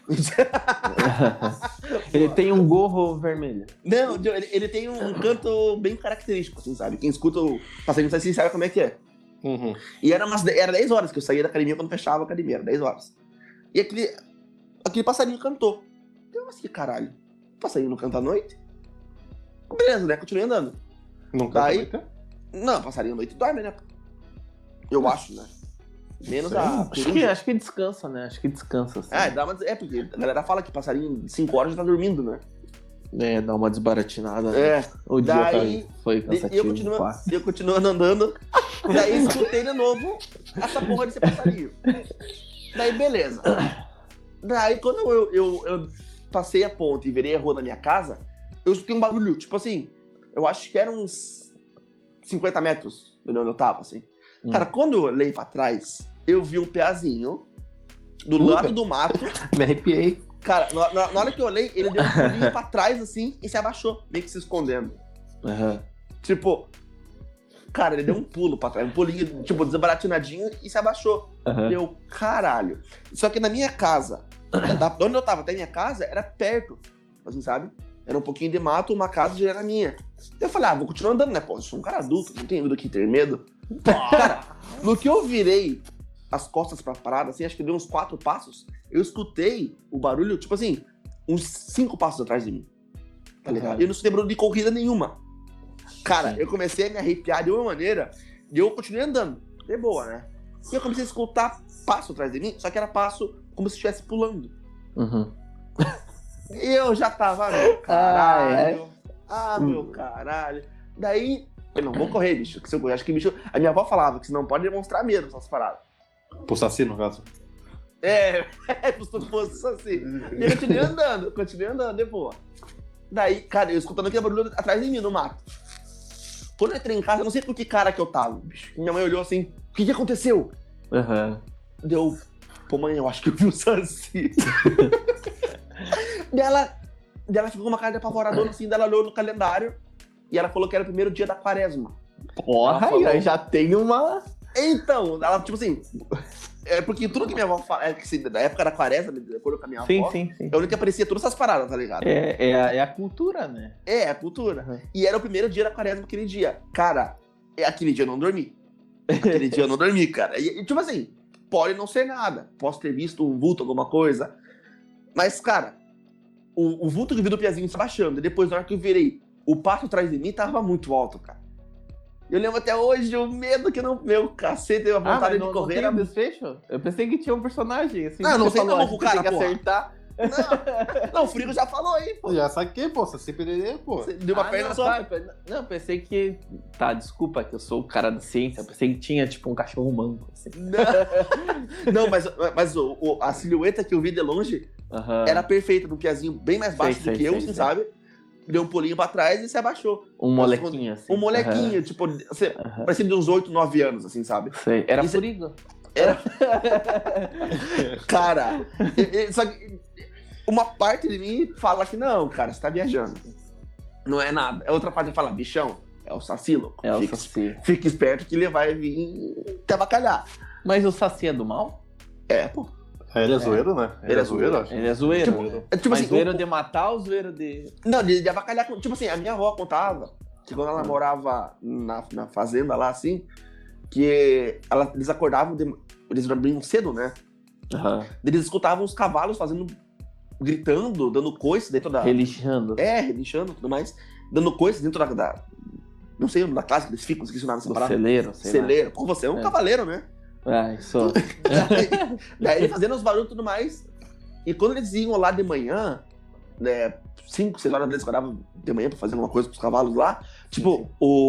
Ele tem um gorro vermelho. Não, ele tem um canto bem característico, assim, sabe? Quem escuta o passarinho saci sabe como é que é. Uhum. E era 10 horas que eu saía da academia quando fechava a academia, era 10 horas. E aquele passarinho cantou. Eu, mas que caralho, o passarinho não canta à noite? Beleza, né? Continuei andando. Não canta à noite? Não, passarinho à noite dorme, né? Eu acho, né? Menos a... Acho que descansa, né? Acho que descansa, assim. Porque a galera fala que passarinho 5 horas já tá dormindo, né? Dá uma desbaratinada. Né? O dia foi cansativo. Eu continuando andando. Daí escutei de novo essa porra desse passarinho. Daí, beleza. Daí, quando eu passei a ponte e virei a rua da minha casa, eu escutei um barulho, tipo assim, eu acho que eram uns 50 metros de onde eu tava, assim. Cara, quando eu olhei pra trás, eu vi um peazinho do lado do mato. Me arrepiei. Cara, na hora que eu olhei, ele deu um pulinho pra trás, assim, e se abaixou, meio que se escondendo. Uhum. Tipo, cara, ele deu um pulo pra trás, um pulinho, tipo, desbaratinadinho, e se abaixou. Deu, caralho. Só que na minha casa, de onde eu tava até minha casa, era perto, assim, sabe? Era um pouquinho de mato, uma casa já era minha. Eu falei, vou continuar andando, né, pô? Eu sou um cara adulto, não tenho do que ter medo. Cara, no que eu virei as costas pra parada, assim, acho que deu uns 4 passos, eu escutei o barulho, tipo assim, uns 5 passos atrás de mim. Tá ligado? Eu não escutei barulho de corrida nenhuma. Cara, eu comecei a me arrepiar de uma maneira, e eu continuei andando. De boa, né? E eu comecei a escutar passo atrás de mim, só que era passo como se estivesse pulando. E eu já tava, meu caralho. Meu caralho. Daí, eu não vou correr, bicho. Que se eu correr, acho que bicho. A minha avó falava que você não pode demonstrar medo nessas paradas. Pro saci, no caso. Se fosse assim. E eu continuei andando, de boa. Daí, cara, eu escutando aquele barulho atrás de mim, no mato. Quando eu entrei em casa, eu não sei por que cara que eu tava, bicho. Minha mãe olhou assim, o que aconteceu? Deu, pô, mãe, eu acho que eu vi o saci. Ela ficou com uma cara de apavoradona, assim, dela olhou no calendário e ela falou que era o primeiro dia da quaresma. Porra, aí já tem uma... Então, ela, tipo assim... porque tudo que minha avó fala, da época da quaresma, de acordo com a minha avó, sim. é onde que aparecia todas essas paradas, tá ligado? É a cultura, né? É a cultura. E era o primeiro dia da quaresma aquele dia. Cara, aquele dia eu não dormi. Cara. E tipo assim, pode não ser nada. Posso ter visto um vulto, alguma coisa. Mas, cara, o vulto que eu vi do Piazinho se baixando. E depois, na hora que eu virei, o passo atrás de mim tava muito alto, cara. Eu lembro até hoje o medo que não. Meu cacete, a vontade de correr. Era desfecho? Eu pensei que tinha um personagem assim. Não você sei falou, como o cara, tem que porra. acertar. Não, o Frigo já falou aí, pô. Já saquei, pô, Saci Pererê, pô. Você deu uma perna não, só. tá, não, pensei que. Tá, desculpa que eu sou o cara da ciência. Eu pensei que tinha, tipo, um cachorro manco. Assim. Não, mas a silhueta que eu vi de longe era perfeita, do Piazinho bem mais baixo do que eu, assim, sabe? Deu um pulinho pra trás e se abaixou. Um molequinho, assim. Um molequinho, tipo, parecia de uns 8, 9 anos, assim, sabe? Sei. Era Isso- Furigo. Era. Cara, só que uma parte de mim fala que não, cara, você tá viajando. Não é nada. A outra parte fala, bichão, é o Saci, louco. É o Fica- Saci. Fica esperto que ele vai vir te abacalhar. Mas o Saci é do mal? É, pô. Ele é zoeiro, né? Ele é zoeiro. acho. Ele é zoeiro. Tipo Mas assim, zoeiro de matar ou zoeiro de. Não, de abacalhar. Tipo assim, a minha avó contava que quando ela morava na fazenda lá, assim, que eles acordavam, eles dormiam cedo, né? Eles escutavam os cavalos gritando, dando coice dentro da... Relixando. Relinchando e tudo mais. Dando coice dentro não sei, da casa que eles ficam, esqueci o nome dessa Do parada. celeiro, sei lá. Celeiro. Pô, você é um cavaleiro, né? Ah, isso. Daí ele fazendo os barulhos e tudo mais. E quando eles iam lá de manhã, né, 5, 6 horas eles acordavam de manhã pra fazer alguma coisa pros cavalos lá, tipo,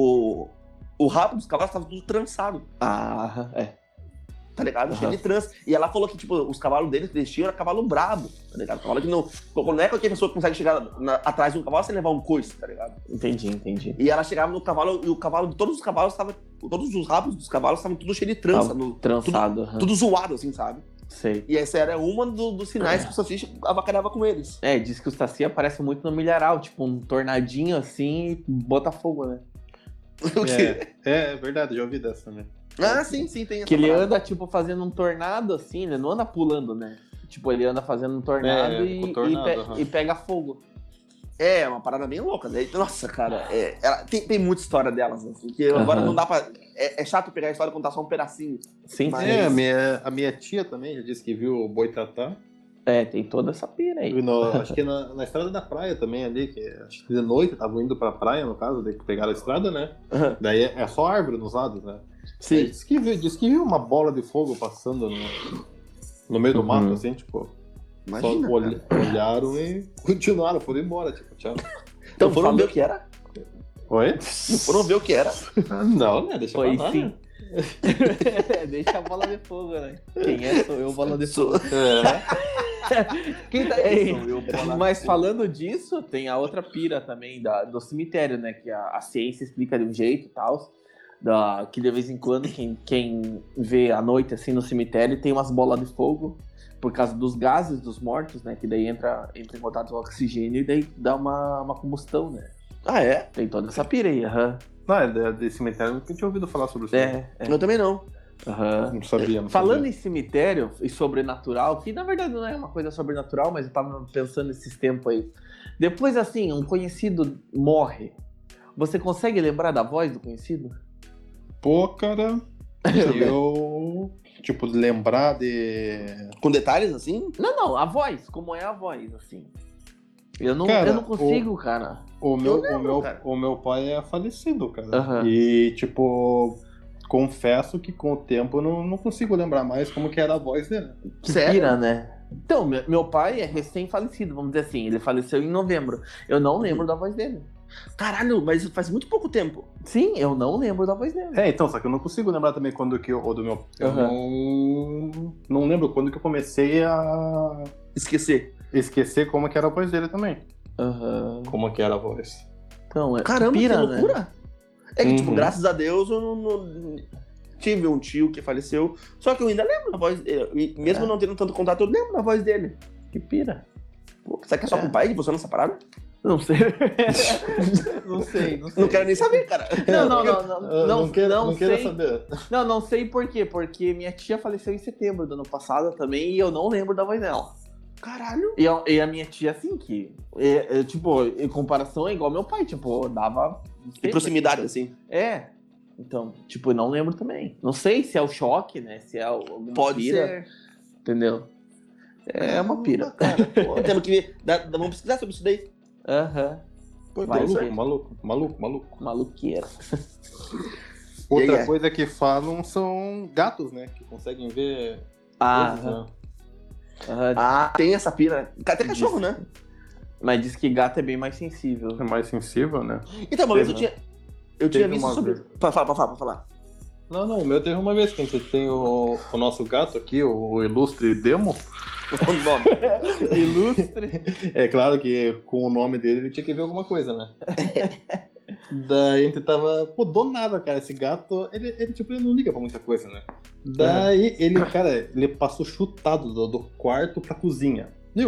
o rabo dos cavalos tava tudo trançado, Ah, tá ligado? Cheio de trança. E ela falou que, tipo, os cavalos deles que eles tinham era cavalo brabo, tá ligado? Cavalo que não é qualquer pessoa que consegue chegar atrás de um cavalo sem levar um coice, tá ligado? Entendi. E ela chegava no cavalo, e o cavalo de todos os cavalos todos os rabos dos cavalos estavam tudo cheio de trança, Trançado. tudo zoado, assim, sabe? Sei. E essa era uma dos sinais que o Saci avacalhava com eles. É, diz que o Saci aparece muito no milharal, tipo um tornadinho assim e bota fogo, né? O quê? É verdade, já ouvi dessa também. Ah, sim, tem essa Que ele parada. anda, tipo, fazendo um tornado assim, ele não anda pulando, né? Tipo, ele anda fazendo um tornado, o tornado, e pega fogo. É, uma parada bem louca, né? Nossa, cara, ela tem muita história delas, assim, que agora não dá pra... É chato pegar a história e contar só um pedacinho. Sim, Mas- É, a minha tia também já disse que viu o Boitatá. tem toda essa pira aí. Acho que na estrada da praia também ali, que acho que de noite estavam indo pra praia, no caso, daí que pegaram a estrada, né? Daí é só árvore nos lados, né? Sim. Aí Diz que viu uma bola de fogo passando no meio do mato, assim, tipo. Imagina, só cara. olharam e continuaram, foram embora, tipo, tchau. Então foram ver o que era? Oi? Não foram ver o que era? Não, né? Deixa Foi pra lá, sim. né? Deixa a bola de fogo, né? Quem é? Sou eu, bola de Sou- fogo. Quem tá Ei, aí? Sou eu, bola. Mas falando disso, tem a outra pira também do cemitério, né? Que a ciência explica de um jeito e tal. Que de vez em quando quem vê à noite assim no cemitério tem umas bolas de fogo por causa dos gases dos mortos, né? Que daí entra em contato com o oxigênio e daí dá uma combustão, né? Ah, é? Tem toda essa pira aí, aham. Não, é de cemitério, eu nunca tinha ouvido falar sobre isso. Eu também não. Aham. Não sabia, não Falando sabia. em cemitério e sobrenatural, que na verdade não é uma coisa sobrenatural, mas eu tava pensando nesses tempos aí. Depois, assim, um conhecido morre. Você consegue lembrar da voz do conhecido? Pô, cara, eu... Tipo, lembrar de... Com detalhes assim? Não, a voz. Como é a voz, assim? Eu não Cara, consigo, cara. O meu, lembro, cara. o meu pai é falecido, cara. Aham. E, tipo, confesso que com o tempo eu não consigo lembrar mais como que era a voz dele. Que Sério? pira, né? Então, meu pai é recém-falecido, vamos dizer assim. Ele faleceu em novembro. Eu não lembro da voz dele. Caralho, mas faz muito pouco tempo. Sim, eu não lembro da voz dele. É, então, só que eu não consigo lembrar também quando que eu, ou do meu... Eu não lembro quando que eu comecei a Esquecer. esquecer como que era a voz dele também. Aham. Como que era a voz. Então, Caramba, pira, que né? loucura. É que, tipo, Uhum. graças a Deus eu não tive um tio que faleceu. Só que eu ainda lembro da voz dele. Mesmo não tendo tanto contato, eu lembro da voz dele. Que pira. Pô, será que é só com o pai que funciona essa parada? Não sei. não sei. Não quero nem saber, cara. Não queira sei. saber. Não sei por quê. Porque minha tia faleceu em setembro do ano passado também e eu não lembro da voz dela. Caralho. E a minha tia, assim, que, tipo, em comparação é igual meu pai, tipo, dava... Em proximidade, assim. É. Então, tipo, eu não lembro também. Não sei se é o choque, né? Se é alguma Pode pira, ser. entendeu? É uma pira. Cara, pô, temos que ver. Vamos pesquisar sobre isso daí. Aham. Pô, Vai então, ser. Maluco. Maluqueira. Outra aí? coisa que falam são gatos, né? Que conseguem ver Ah, coisas, né? aham. Ah, tem essa pira. Até cachorro, né? Mas diz que gato é bem mais sensível. É mais sensível, né? Então, uma vez eu Teve, tinha. Eu tinha Teve visto uma sobre. vez. Pode falar. Não, o meu teve uma vez que a gente tem o nosso gato aqui, o ilustre Demo. O nome. Ilustre. É claro que com o nome dele ele tinha que ver alguma coisa, né? Daí a gente tava, pô, do nada, cara, esse gato, ele tipo, ele não liga pra muita coisa, né? Daí ele passou chutado do quarto pra cozinha.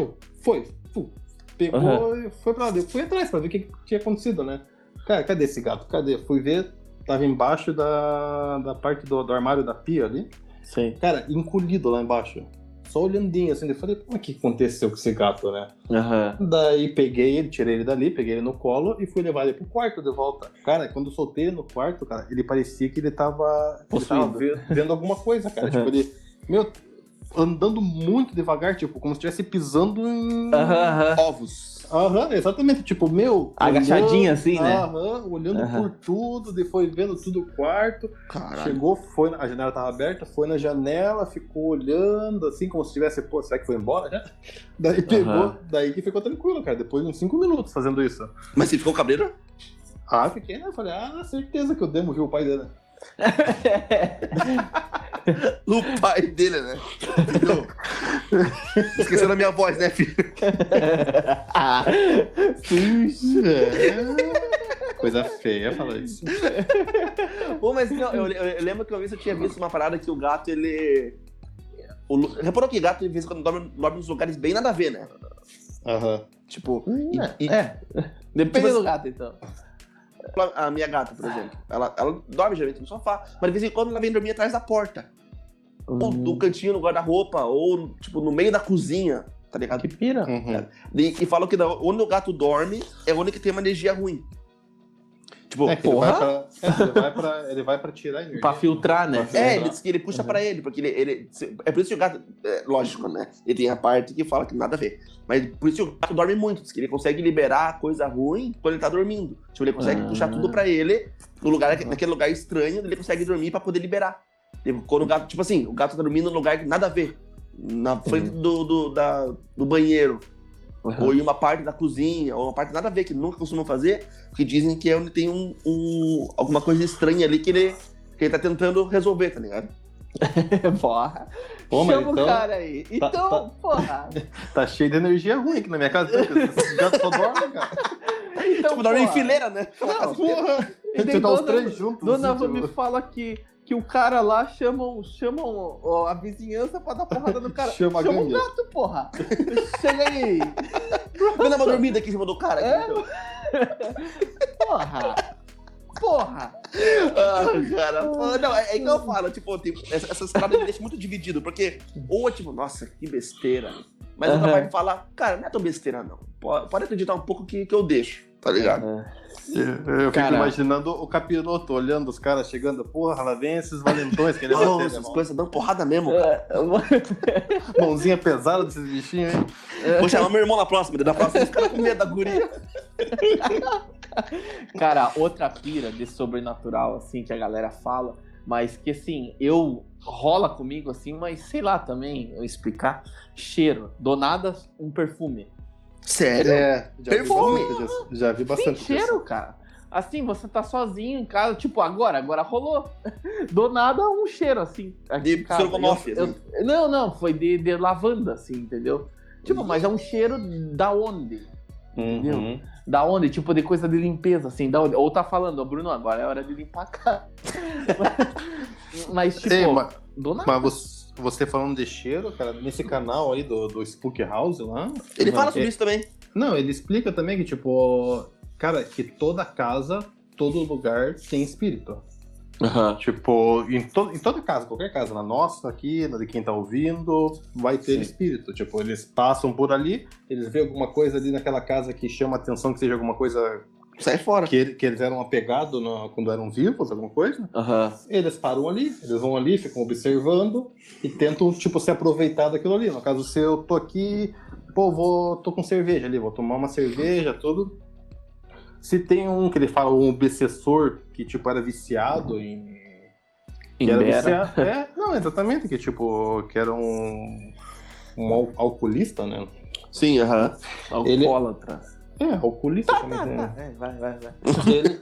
Pegou e foi pra lá. Eu fui atrás pra ver o que tinha acontecido, né? Cara, cadê esse gato? Cadê? Fui ver, tava embaixo da parte do armário da pia ali. Sim. Cara, encolhido lá embaixo. Só olhandinho assim, eu falei, pô, o que aconteceu com esse gato, né? Aham. Daí peguei ele, tirei ele dali, peguei ele no colo e fui levar ele pro quarto de volta. Cara, quando eu soltei ele no quarto, cara, ele parecia que ele tava Possuído. vendo alguma coisa, cara. Tipo, ele, andando muito devagar, tipo, como se estivesse pisando em... Aham. Ovos. Aham, exatamente. Tipo, Agachadinho assim, né? Aham, olhando por tudo, depois vendo tudo o quarto. Caralho. Chegou, a janela tava aberta, foi na janela, ficou olhando, assim, como se tivesse, pô, será que foi embora já? Daí pegou, daí que ficou tranquilo, cara, depois de uns 5 minutos fazendo isso. Mas você ficou cabreiro? Ah, fiquei, né? Falei, certeza que o Demo viu o pai dele. O pai dele, né? Filho. Esqueceu da minha voz, né, filho? Coisa feia falar isso. Pô, mas não, eu lembro que uma vez eu tinha visto uma parada que o gato, ele... Reparou que gato, de vez em quando, dorme nos lugares bem nada a ver, né? Aham. Tipo... Depende Tipo, do gato, então. A minha gata, por exemplo, ela dorme geralmente no sofá, mas de vez em quando ela vem dormir atrás da porta. Ou no cantinho, no guarda-roupa, ou tipo no meio da cozinha, tá ligado? Que pira. Uhum. E falam que onde o gato dorme é onde que tem uma energia ruim. Tipo, É que ele vai pra tirar a energia. Pra filtrar, né? ele diz que ele puxa pra ele, porque ele é por isso que o gato, lógico, né? Ele tem a parte que fala que nada a ver. Mas por isso que o gato dorme muito, diz que ele consegue liberar coisa ruim quando ele tá dormindo. Tipo, ele consegue puxar tudo pra ele, naquele lugar estranho, ele consegue dormir pra poder liberar. Quando o gato, tipo assim, o gato tá dormindo num lugar que nada a ver. Na frente do banheiro. Ou em uma parte da cozinha, ou uma parte nada a ver, que nunca costumam fazer, porque dizem que é onde tem alguma coisa estranha ali que ele tá tentando resolver, tá ligado? Porra. Pô, mas Chama então- o cara aí. Então, porra. Tá cheio de energia ruim aqui na minha casa. Esse gato só dorme, cara. Então, Tipo, dorme em porra. fileira, né? Não, Porra! E daí Você tá os dona- três juntos. Dona assim, Van tipo- me fala que o cara lá chamam a vizinhança pra dar porrada no cara. Chama a o gangue. gato, porra. Chega aí. Vou dar uma dormida aqui em cima do cara. Aqui, então. Porra. Cara. Não, é igual eu falo, tipo, essas paradas me deixam muito dividido, porque ou é tipo, nossa, que besteira. Mas outra parte fala, cara, não é tão besteira, não. Pode acreditar um pouco que eu deixo, tá ligado? Eu fico Cara. imaginando o capiroto olhando os caras chegando. Porra, lá vem esses valentões que ele vai Não, ter, essas coisas dão porrada mesmo, cara. Mãozinha pesada desses bichinhos, hein? Vou chamar meu irmão na próxima, da próxima os caras com medo da guria. Cara, outra pira de sobrenatural, assim, que a galera fala, mas que, assim, rola comigo, assim, mas sei lá também, eu explicar, cheiro. Do nada, um perfume. Sério? Já Perfume. vi bastante disso. Já vi Tem bastante cheiro, cara. Assim, você tá sozinho em casa, tipo, agora rolou. Do nada, um cheiro, assim. Aqui De em casa. estrogonofe, assim. Não, foi de lavanda, assim, entendeu? Tipo, mas é um cheiro da onde? Uhum. Da onde? Tipo, de coisa de limpeza, assim, da onde? Ou tá falando, ó, Bruno, agora é hora de limpar a casa. Mas, tipo, Ei, do nada. mas você falando de cheiro, cara, nesse canal aí do Spook House lá. Ele fala mano, sobre isso também. Não, ele explica também que, tipo, cara, que toda casa, todo lugar tem espírito. Tipo, em toda casa, qualquer casa, na nossa aqui, na de quem tá ouvindo, vai ter Sim. espírito. Tipo, eles passam por ali, eles veem alguma coisa ali naquela casa que chama atenção, que seja alguma coisa Sai fora. que eles eram apegados quando eram vivos, alguma coisa. Eles param ali, eles vão ali, ficam observando e tentam, tipo, se aproveitar daquilo ali. No caso, se eu tô aqui, pô, tô com cerveja ali, vou tomar uma cerveja, tudo. Se tem um que ele fala, um obsessor, que, tipo, era viciado em... Em que era Bera. viciado, não, exatamente, que, tipo, que era um alcoolista, né? Sim, Alcoólatra. Alcoolista também. Vai. Ele...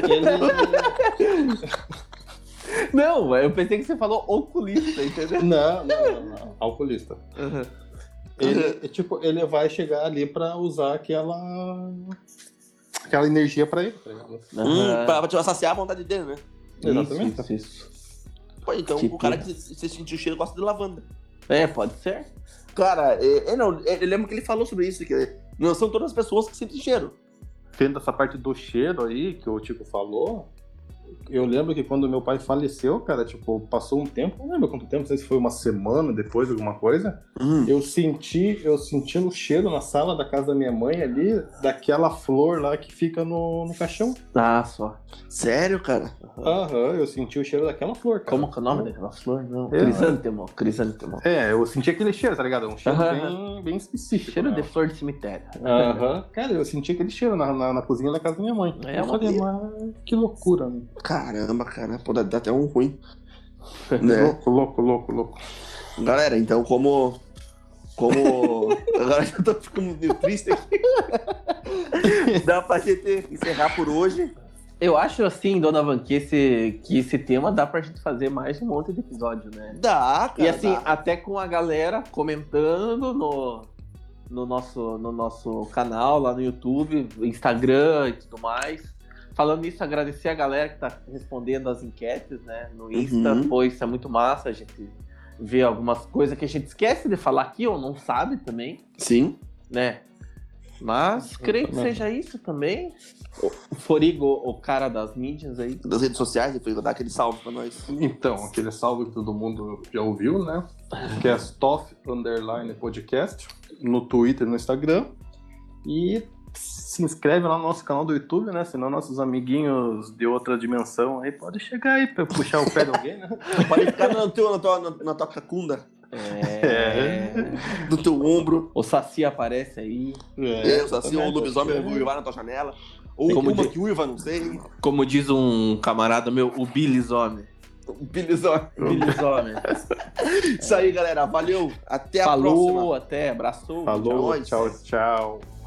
Não, eu pensei que você falou oculista, entendeu? Não. Alcoolista. Ele, tipo, ele vai chegar ali pra usar aquela energia pra ele. Pra saciar a vontade dele, né? Exatamente. Isso. Pô, então Tipo- o cara que você sentiu o cheiro gosta de lavanda. Pode ser. Cara, eu lembro que ele falou sobre isso, que não são todas as pessoas que sentem cheiro. Tendo essa parte do cheiro aí, que o Tico falou, eu lembro que quando meu pai faleceu, cara, tipo, passou um tempo, não lembro quanto tempo, não sei se foi uma semana depois, alguma coisa, eu senti no cheiro na sala da casa da minha mãe ali, daquela flor lá que fica no caixão. Só. Sério, cara? Eu senti o cheiro daquela flor, cara. Como que é o nome daquela flor? Não. É. Crisântemo. Eu senti aquele cheiro, tá ligado? Um cheiro bem específico. Cheiro né? de flor de cemitério. Cara, eu senti aquele cheiro na cozinha da casa da minha mãe. É Eu uma falei, mas que loucura, né? Caramba, cara. Pô, dá até um ruim. Né? Louco. Galera, então como... Agora eu tô ficando meio triste aqui. Dá pra gente encerrar por hoje. Eu acho assim, Dona Van, que esse tema dá pra gente fazer mais um monte de episódio, né? Dá, cara. E assim, dá. até com a galera comentando no nosso canal lá no YouTube, Instagram e tudo mais. Falando nisso, agradecer a galera que tá respondendo as enquetes, né? No Insta, pô, isso é muito massa, a gente vê algumas coisas que a gente esquece de falar aqui ou não sabe também, Sim. né? Mas creio que seja isso também. O Forigo, o cara das mídias aí. Das redes sociais, depois vou dar aquele salve pra nós. Então, aquele salve que todo mundo já ouviu, né? Cast_podcast no Twitter e no Instagram. E se inscreve lá no nosso canal do YouTube, né? Senão nossos amiguinhos de outra dimensão aí podem chegar aí pra puxar o pé de alguém, né? Pode ficar na tua cacunda. No teu ombro. O Saci aparece aí. Assim, ou o lobisomem uivar na tua janela. Ou Como uma de- que uiva, não sei. Como diz um camarada meu, o Billisomem. Bilizomem. Billisomem. Isso aí, galera. Valeu. Até a Falou, próxima. até, abraçou. Falou, Nós. tchau.